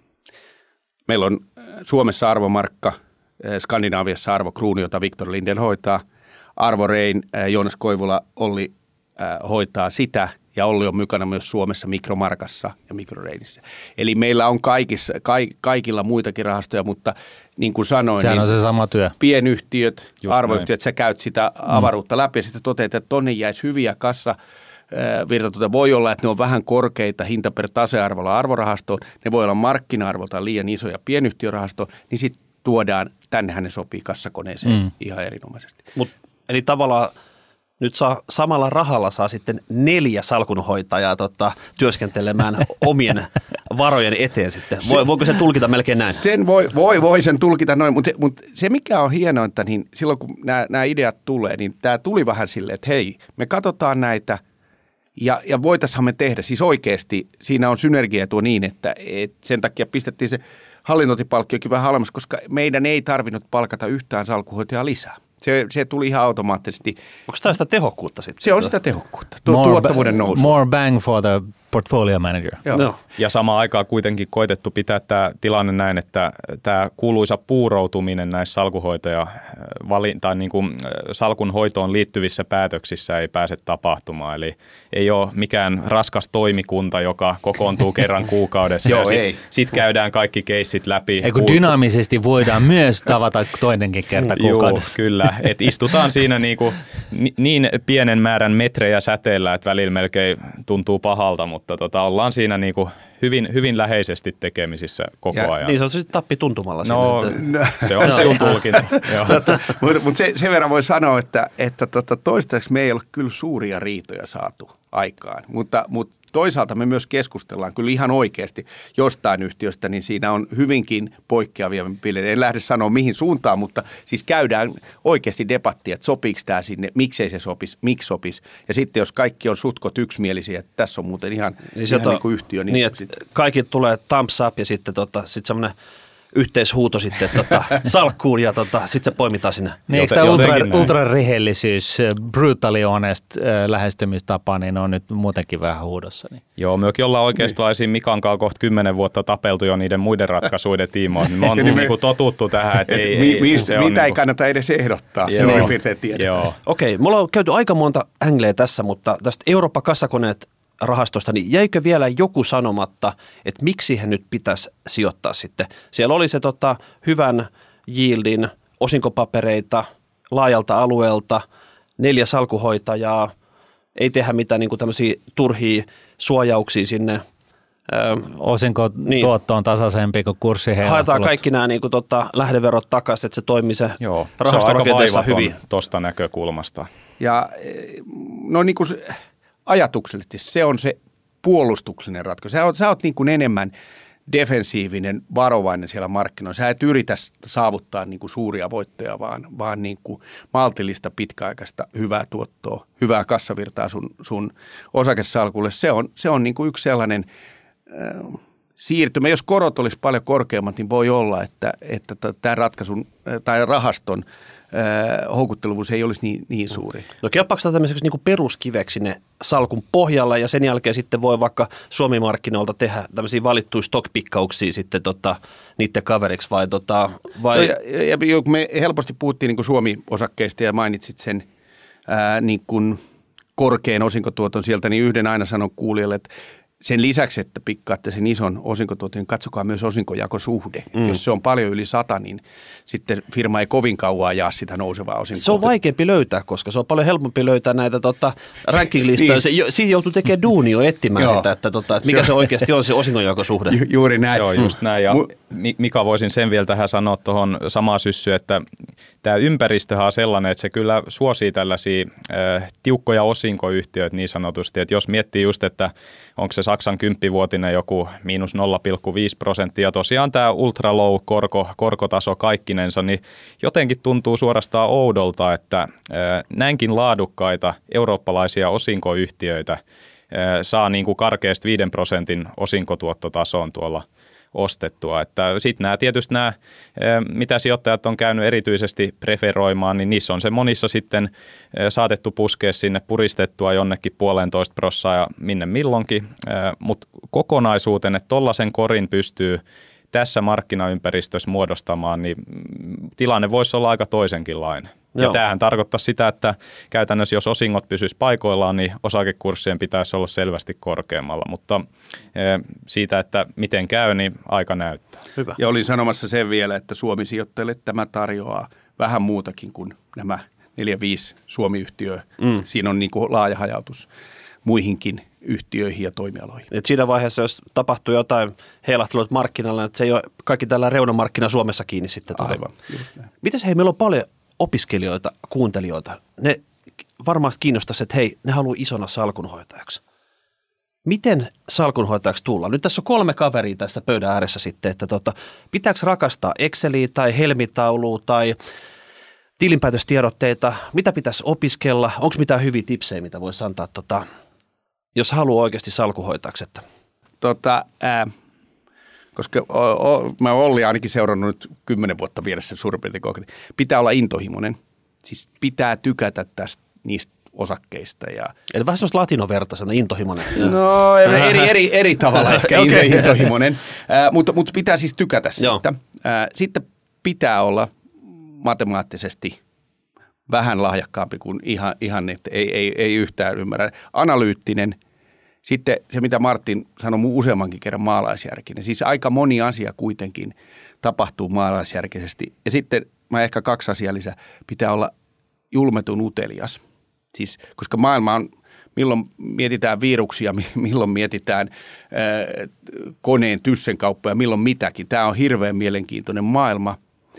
Meillä on Suomessa arvomarkka, Skandinaaviassa arvokruuni, jota Victor Lindell hoitaa. Arvo Rein, Joonas Koivula, Olli hoitaa sitä ja Olli on mukana myös Suomessa Mikromarkassa ja Mikroreinissä. Eli meillä on kaikissa, kaikilla muitakin rahastoja, mutta niin kuin sanoin, sehän niin on se sama työ. Pienyhtiöt, just arvoyhtiöt, näin. Sä käyt sitä avaruutta mm. läpi ja sitten toteat, että tonne jäisi hyviä kassa. Virtatuote voi olla, että ne on vähän korkeita hinta per tasearvolla arvorahastoon, ne voi olla markkina-arvolta liian isoja pienyhtiörahastoon, niin sitten tuodaan, tännehän ne sopii kassakoneeseen mm. ihan erinomaisesti. Mut, eli tavallaan nyt saa, samalla rahalla saa sitten neljä salkunhoitajaa tota, työskentelemään omien varojen eteen sitten. Voi, voiko se tulkita melkein näin? Sen voi, voi, voi sen tulkita noin, mutta se, mutta se mikä on hienointa, niin silloin kun nämä, nämä ideat tulee, niin tämä tuli vähän silleen, että hei, me katsotaan näitä, Ja, ja voitaisiinhan me tehdä, siis oikeasti siinä on synergiaetua niin, että et sen takia pistettiin se hallinnointipalkkiokin vähän halvemmas, koska meidän ei tarvinnut palkata yhtään salkuhoitajaa lisää. Se, se tuli ihan automaattisesti. Onko tämä sitä tehokkuutta sitten? Se on sitä tehokkuutta, tuo tuottavuuden nousu. More bang for the portfolio manager. Joo. No. Ja samaan aikaan kuitenkin koitettu pitää tämä tilanne näin, että tämä kuuluisa puuroutuminen näissä salkunhoitaja tai niin kuin salkun hoitoon liittyvissä päätöksissä ei pääse tapahtumaan. Eli ei ole mikään raskas toimikunta, joka kokoontuu kerran kuukaudessa. Joo, ja sitten ei. sit käydään kaikki keissit läpi. Ei kun dynaamisesti voidaan myös tavata toinenkin kerta kuukaudessa. Joo, kyllä. Et istutaan siinä niinku, niin pienen määrän metrejä säteellä, että välillä melkein tuntuu pahalta, mutta tota, ollaan siinä niinku hyvin, hyvin läheisesti tekemisissä koko ja, ajan. Niin se on siis tappi tuntumalla. No, siinä, että... se on sinun tulkinta. Mutta mut se, sen verran voi sanoa, että, että tota, toistaiseksi me ei ole kyllä suuria riitoja saatu aikaan, mutta, mutta toisaalta me myös keskustellaan kyllä ihan oikeasti jostain yhtiöstä, niin siinä on hyvinkin poikkeavia piirteitä. En lähde sanoa mihin suuntaan, mutta siis käydään oikeasti debattia, että sopiiko tämä sinne, miksei se sopisi, miksi sopisi. Ja sitten jos kaikki on sutkot yksimielisiä, että tässä on muuten ihan, niin ihan to, niin kuin yhtiö. Niin, niin että kaikki tulee thumbs up ja sitten tota, sit semmoinen yhteishuuto sitten tota, salkkuun ja tota, sitten se poimitaan sinne. Niin, eikö tämä ultra, ultra-rehellisyys, brutally honest äh, lähestymistapa, niin on nyt muutenkin vähän huudossa. Niin. Joo, mekin ollaan oikeastaan niin. Mikan kanssa kohta kymmenen vuotta tapeltu jo niiden muiden ratkaisuiden tiimoilta. Me on niin niinku totuttu tähän, että ei, mi, ei, mi, se mitä on ei niinku kannata edes ehdottaa, Joo. se on piirtein tiedetään. Okei, me ollaan käyty aika monta ängleä tässä, mutta tästä Eurooppa-kassakoneet rahastosta, niin jäikö vielä joku sanomatta, että miksi he nyt pitäisi sijoittaa sitten? Siellä oli se tota, hyvän yieldin osinkopapereita laajalta alueelta, neljä salkuhoitajaa, ei tehdä mitään niin kuin tämmöisiä turhia suojauksia sinne. Osinko niin. tuotto on tasaisempi kuin kurssiheilahtelut. Haetaan kaikki nämä niin kuin, tota, lähdeverot takaisin, että se toimii se rahastorakenteessa hyvin. Tuosta näkökulmasta. Ja no niin kuin ajatuksellisesti se on se puolustuksellinen ratkaisu. Sä oot, sä oot niin kuin enemmän defensiivinen, varovainen siellä markkinoilla. Sä et yritä saavuttaa niin kuin suuria voittoja, vaan, vaan niin kuin maltillista, pitkäaikaista, hyvää tuottoa, hyvää kassavirtaa sun, sun osakesalkulle. Se on, se on niin kuin yksi sellainen äh, siirtymä. Jos korot olisi paljon korkeammat, niin voi olla, että, että tämä ratkaisun tai rahaston äh, houkuttelevuus ei olisi niin, niin suuri. No kelpaako tämä tämmöiseksi niin kuin peruskiveksi ne salkun pohjalla ja sen jälkeen sitten voi vaikka Suomi-markkinoilta tehdä tämmöisiä valittuja stockpikkauksia sitten tota, niiden kaveriksi vai? Tota, vai? No ja, ja, ja me helposti puhuttiin niin kuin Suomi-osakkeista ja mainitsit sen ää, niin kuin korkean osinkotuoton sieltä, niin yhden aina sanon kuulijalle, että sen lisäksi, että pikkaatte sen ison osinkotuoton, niin katsokaa myös osinkojakosuhde. Mm. Jos se on paljon yli sata, niin sitten firma ei kovin kauan jaa sitä nousevaa osinkoa. Se on vaikeampi löytää, koska se on paljon helpompi löytää näitä tota, ranking-listoja. niin. Siinä joutuu tekemään duunio etsimään sitä, että, tota, että mikä se oikeasti on se osingonjakosuhde. Ju, juuri näin. Se on just näin. Ja Mika, voisin sen vielä tähän sanoa tuohon samaan syssyyn, että tämä ympäristöhän on sellainen, että se kyllä suosii tällaisia äh, tiukkoja osinkoyhtiöitä niin sanotusti. Että jos miettii just, että onko se Saksan kymppivuotinen joku miinus nolla pilkku viisi prosenttia. Tosiaan tämä ultra low korko, korkotaso kaikkinensa, niin jotenkin tuntuu suorastaan oudolta, että näinkin laadukkaita eurooppalaisia osinkoyhtiöitä saa niin kuin karkeasti viiden prosentin osinkotuottotasoon tuolla ostettua. Sitten nämä tietysti nämä, mitä sijoittajat on käynyt erityisesti preferoimaan, niin niissä on se monissa sitten saatettu puskea sinne puristettua jonnekin puolentoista prossaa ja minne milloinkin, mutta kokonaisuuteen, että tollaisen korin pystyy tässä markkinaympäristössä muodostamaan, niin tilanne voisi olla aika toisenkinlainen. Ja Joo. tämähän tarkoittaa sitä, että käytännössä jos osingot pysyisi paikoillaan, niin osakekurssien pitäisi olla selvästi korkeammalla, mutta siitä, että miten käy, niin aika näyttää. Hyvä. Ja olin sanomassa sen vielä, että Suomi-sijoittajille tämä tarjoaa vähän muutakin kuin nämä neljä viisi Suomi-yhtiöä. Mm. Siinä on niin kuin laaja hajautus muihinkin yhtiöihin ja toimialoihin. Et siinä vaiheessa, jos tapahtuu jotain heilahtelut markkinalla, että se ei ole kaikki tällä reunamarkkina Suomessa kiinni sitten. Aivan. Mitäs hei, meillä on paljon opiskelijoita, kuuntelijoita. Ne varmasti kiinnostaisi, että hei, ne haluaa isona salkunhoitajaksi. Miten salkunhoitajaksi tullaan? Nyt tässä on kolme kaveria tässä pöydän ääressä sitten, että tota, pitääkö rakastaa Exceliä tai helmitaulua tai tilinpäätöstiedotteita? Mitä pitäisi opiskella? Onko mitään hyviä tipsejä, mitä voisi antaa, tota, jos haluaa oikeasti salkunhoitajaksi? Että? Tota, ää, koska o, o, mä oon Olli ainakin seurannut nyt kymmenen vuotta vieressä suurin piirtein kohdalla. Pitää olla intohimoinen. Siis pitää tykätä tästä niistä osakkeista. Ja eli vähän semmoista latinoverta, semmoinen intohimoinen. No eri, eri, eri tavalla ehkä okay. intohimoinen, äh, mutta, mutta pitää siis tykätä siitä. Äh, sitten pitää olla matemaattisesti vähän lahjakkaampi kuin ihan, ihan että ei, ei, ei yhtään ymmärrä. Analyyttinen. Sitten se, mitä Martin sanoi useammankin kerran, maalaisjärkinen. Siis aika moni asia kuitenkin tapahtuu maalaisjärkisesti. Ja sitten mä ehkä kaksi asiaa lisää. Pitää olla julmetun utelias. Siis, koska maailma on, milloin mietitään viruksia, milloin mietitään ää, koneen tyssenkauppa ja milloin mitäkin. Tämä on hirveän mielenkiintoinen maailma,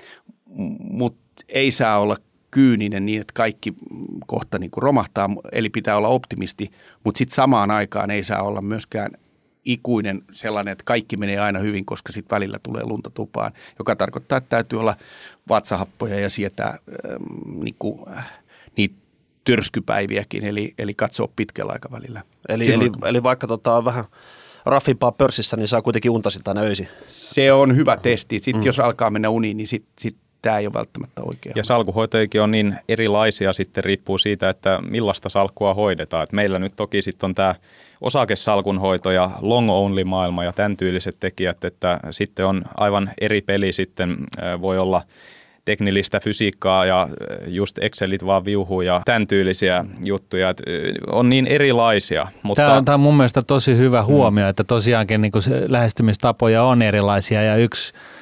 mutta ei saa olla kyyninen niin, että kaikki kohta niin kuin romahtaa, eli pitää olla optimisti, mutta sitten samaan aikaan ei saa olla myöskään ikuinen sellainen, että kaikki menee aina hyvin, koska sitten välillä tulee lunta tupaan, joka tarkoittaa, että täytyy olla vatsahappoja ja sietää ähm, niin kuin, äh, niitä törskypäiviäkin, eli, eli katsoa pitkällä aikavälillä. Eli, eli, eli vaikka tota on vähän raffimpaa pörssissä, niin saa kuitenkin unta sitä aina öisin. Se on hyvä testi. Sitten mm. jos alkaa mennä uniin, niin sitten sit tämä ei ole välttämättä oikea. Ja salkunhoitajikin on niin erilaisia, sitten riippuu siitä, että millaista salkkua hoidetaan. Et meillä nyt toki sitten on tämä osakesalkunhoito ja long only maailma ja tämän tyyliset tekijät, että sitten on aivan eri peli sitten voi olla teknillistä fysiikkaa ja just Excelit vaan viuhuu ja tämän tyylisiä juttuja, että on niin erilaisia. Mutta Tämä on, tämä on mun mielestä tosi hyvä huomio, mm. että tosiaankin niin kuin lähestymistapoja on erilaisia ja yksi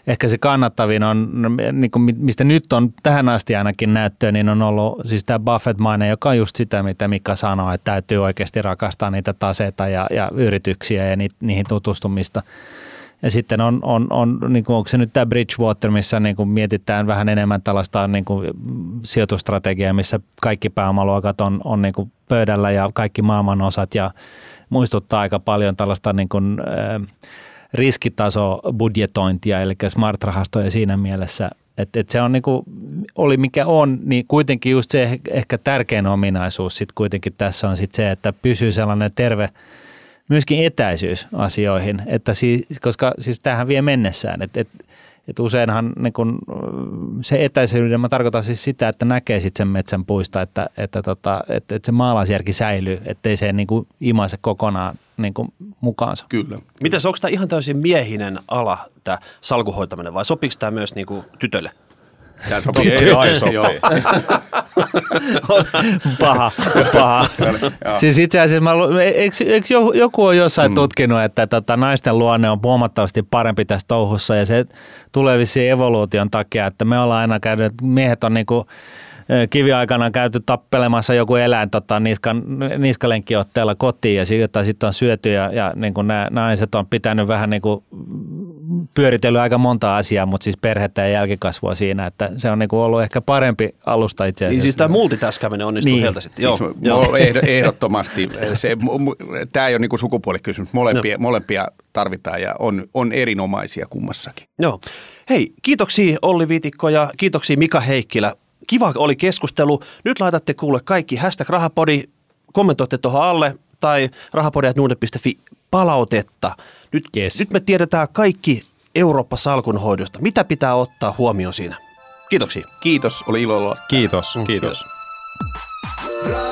ehkä se kannattavin on, niin kuin mistä nyt on tähän asti ainakin näyttöä, niin on ollut siis tämä Buffett-mainen, joka on just sitä, mitä Mika sanoo, että täytyy oikeasti rakastaa niitä taseita ja, ja yrityksiä ja ni, niihin tutustumista. Ja sitten on, on, on niin kuin, onko se nyt tämä Bridgewater, missä niin kuin mietitään vähän enemmän tällaista niin kuin sijoitustrategiaa, missä kaikki pääomaluokat on, on niin kuin pöydällä ja kaikki maailman osat ja muistuttaa aika paljon tällaista niin kuin, äh, riskitasobudjetointia, eli smart-rahastoja siinä mielessä, että, että se on niin kuin, oli mikä on, niin kuitenkin just se ehkä tärkein ominaisuus sitten kuitenkin tässä on sitten se, että pysyy sellainen terve myöskin etäisyys asioihin, että siis, koska siis tämähän vie mennessään, että, että, että useinhan niin kun, se etäisyyden, mä tarkoitan siis sitä, että näkee sitten sen metsän puista, että, että, tota, että, että se maalaisjärki säilyy, ettei se niin kuin imaise kokonaan niin kuin mukaansa. Kyllä. Mites, onko tämä ihan täysin miehinen ala, tämä salkuhoitaminen, vai sopiiko tämä myös niin kuin tytölle? Tämä sopii. Ei, ai sopii. paha, paha. Siis itse asiassa, mä, eikö, eikö joku ole jossain mm. tutkinut, että tota, naisten luonne on huomattavasti parempi tässä touhussa ja se tulee vissiin evoluution takia, että me ollaan aina käynyt, miehet on niinku kiviaikana käyty tappelemassa joku eläin tota, niskan, niskalenkkiotteella kotiin ja jota sitten on syöty ja, ja niin kuin nämä naiset on pitänyt vähän niin kuin pyöritellyt aika monta asiaa, mutta siis perhettä ja jälkikasvua siinä, että se on niin kuin ollut ehkä parempi alusta itse asiassa. Niin siis tämä multitaskaminen onnistuu niin. Heiltä sitten. Joo, joo. Ehdottomasti. Se, tämä ei ole niin kuin sukupuolikysymys. Molempia, no. molempia tarvitaan ja on, on erinomaisia kummassakin. Joo. Hei, kiitoksia Olli Viitikko ja kiitoksia Mika Heikkilä. Kiva oli keskustelu. Nyt laitatte kuule kaikki hashtag rahapodi, kommentoitte tuohon alle tai rahapodi ät nuude piste fi palautetta. Nyt, yes. nyt me tiedetään kaikki Eurooppa-salkunhoidosta. Mitä pitää ottaa huomioon siinä? Kiitoksia. Kiitos, oli ilo olla. Kiitos, kiitos. kiitos.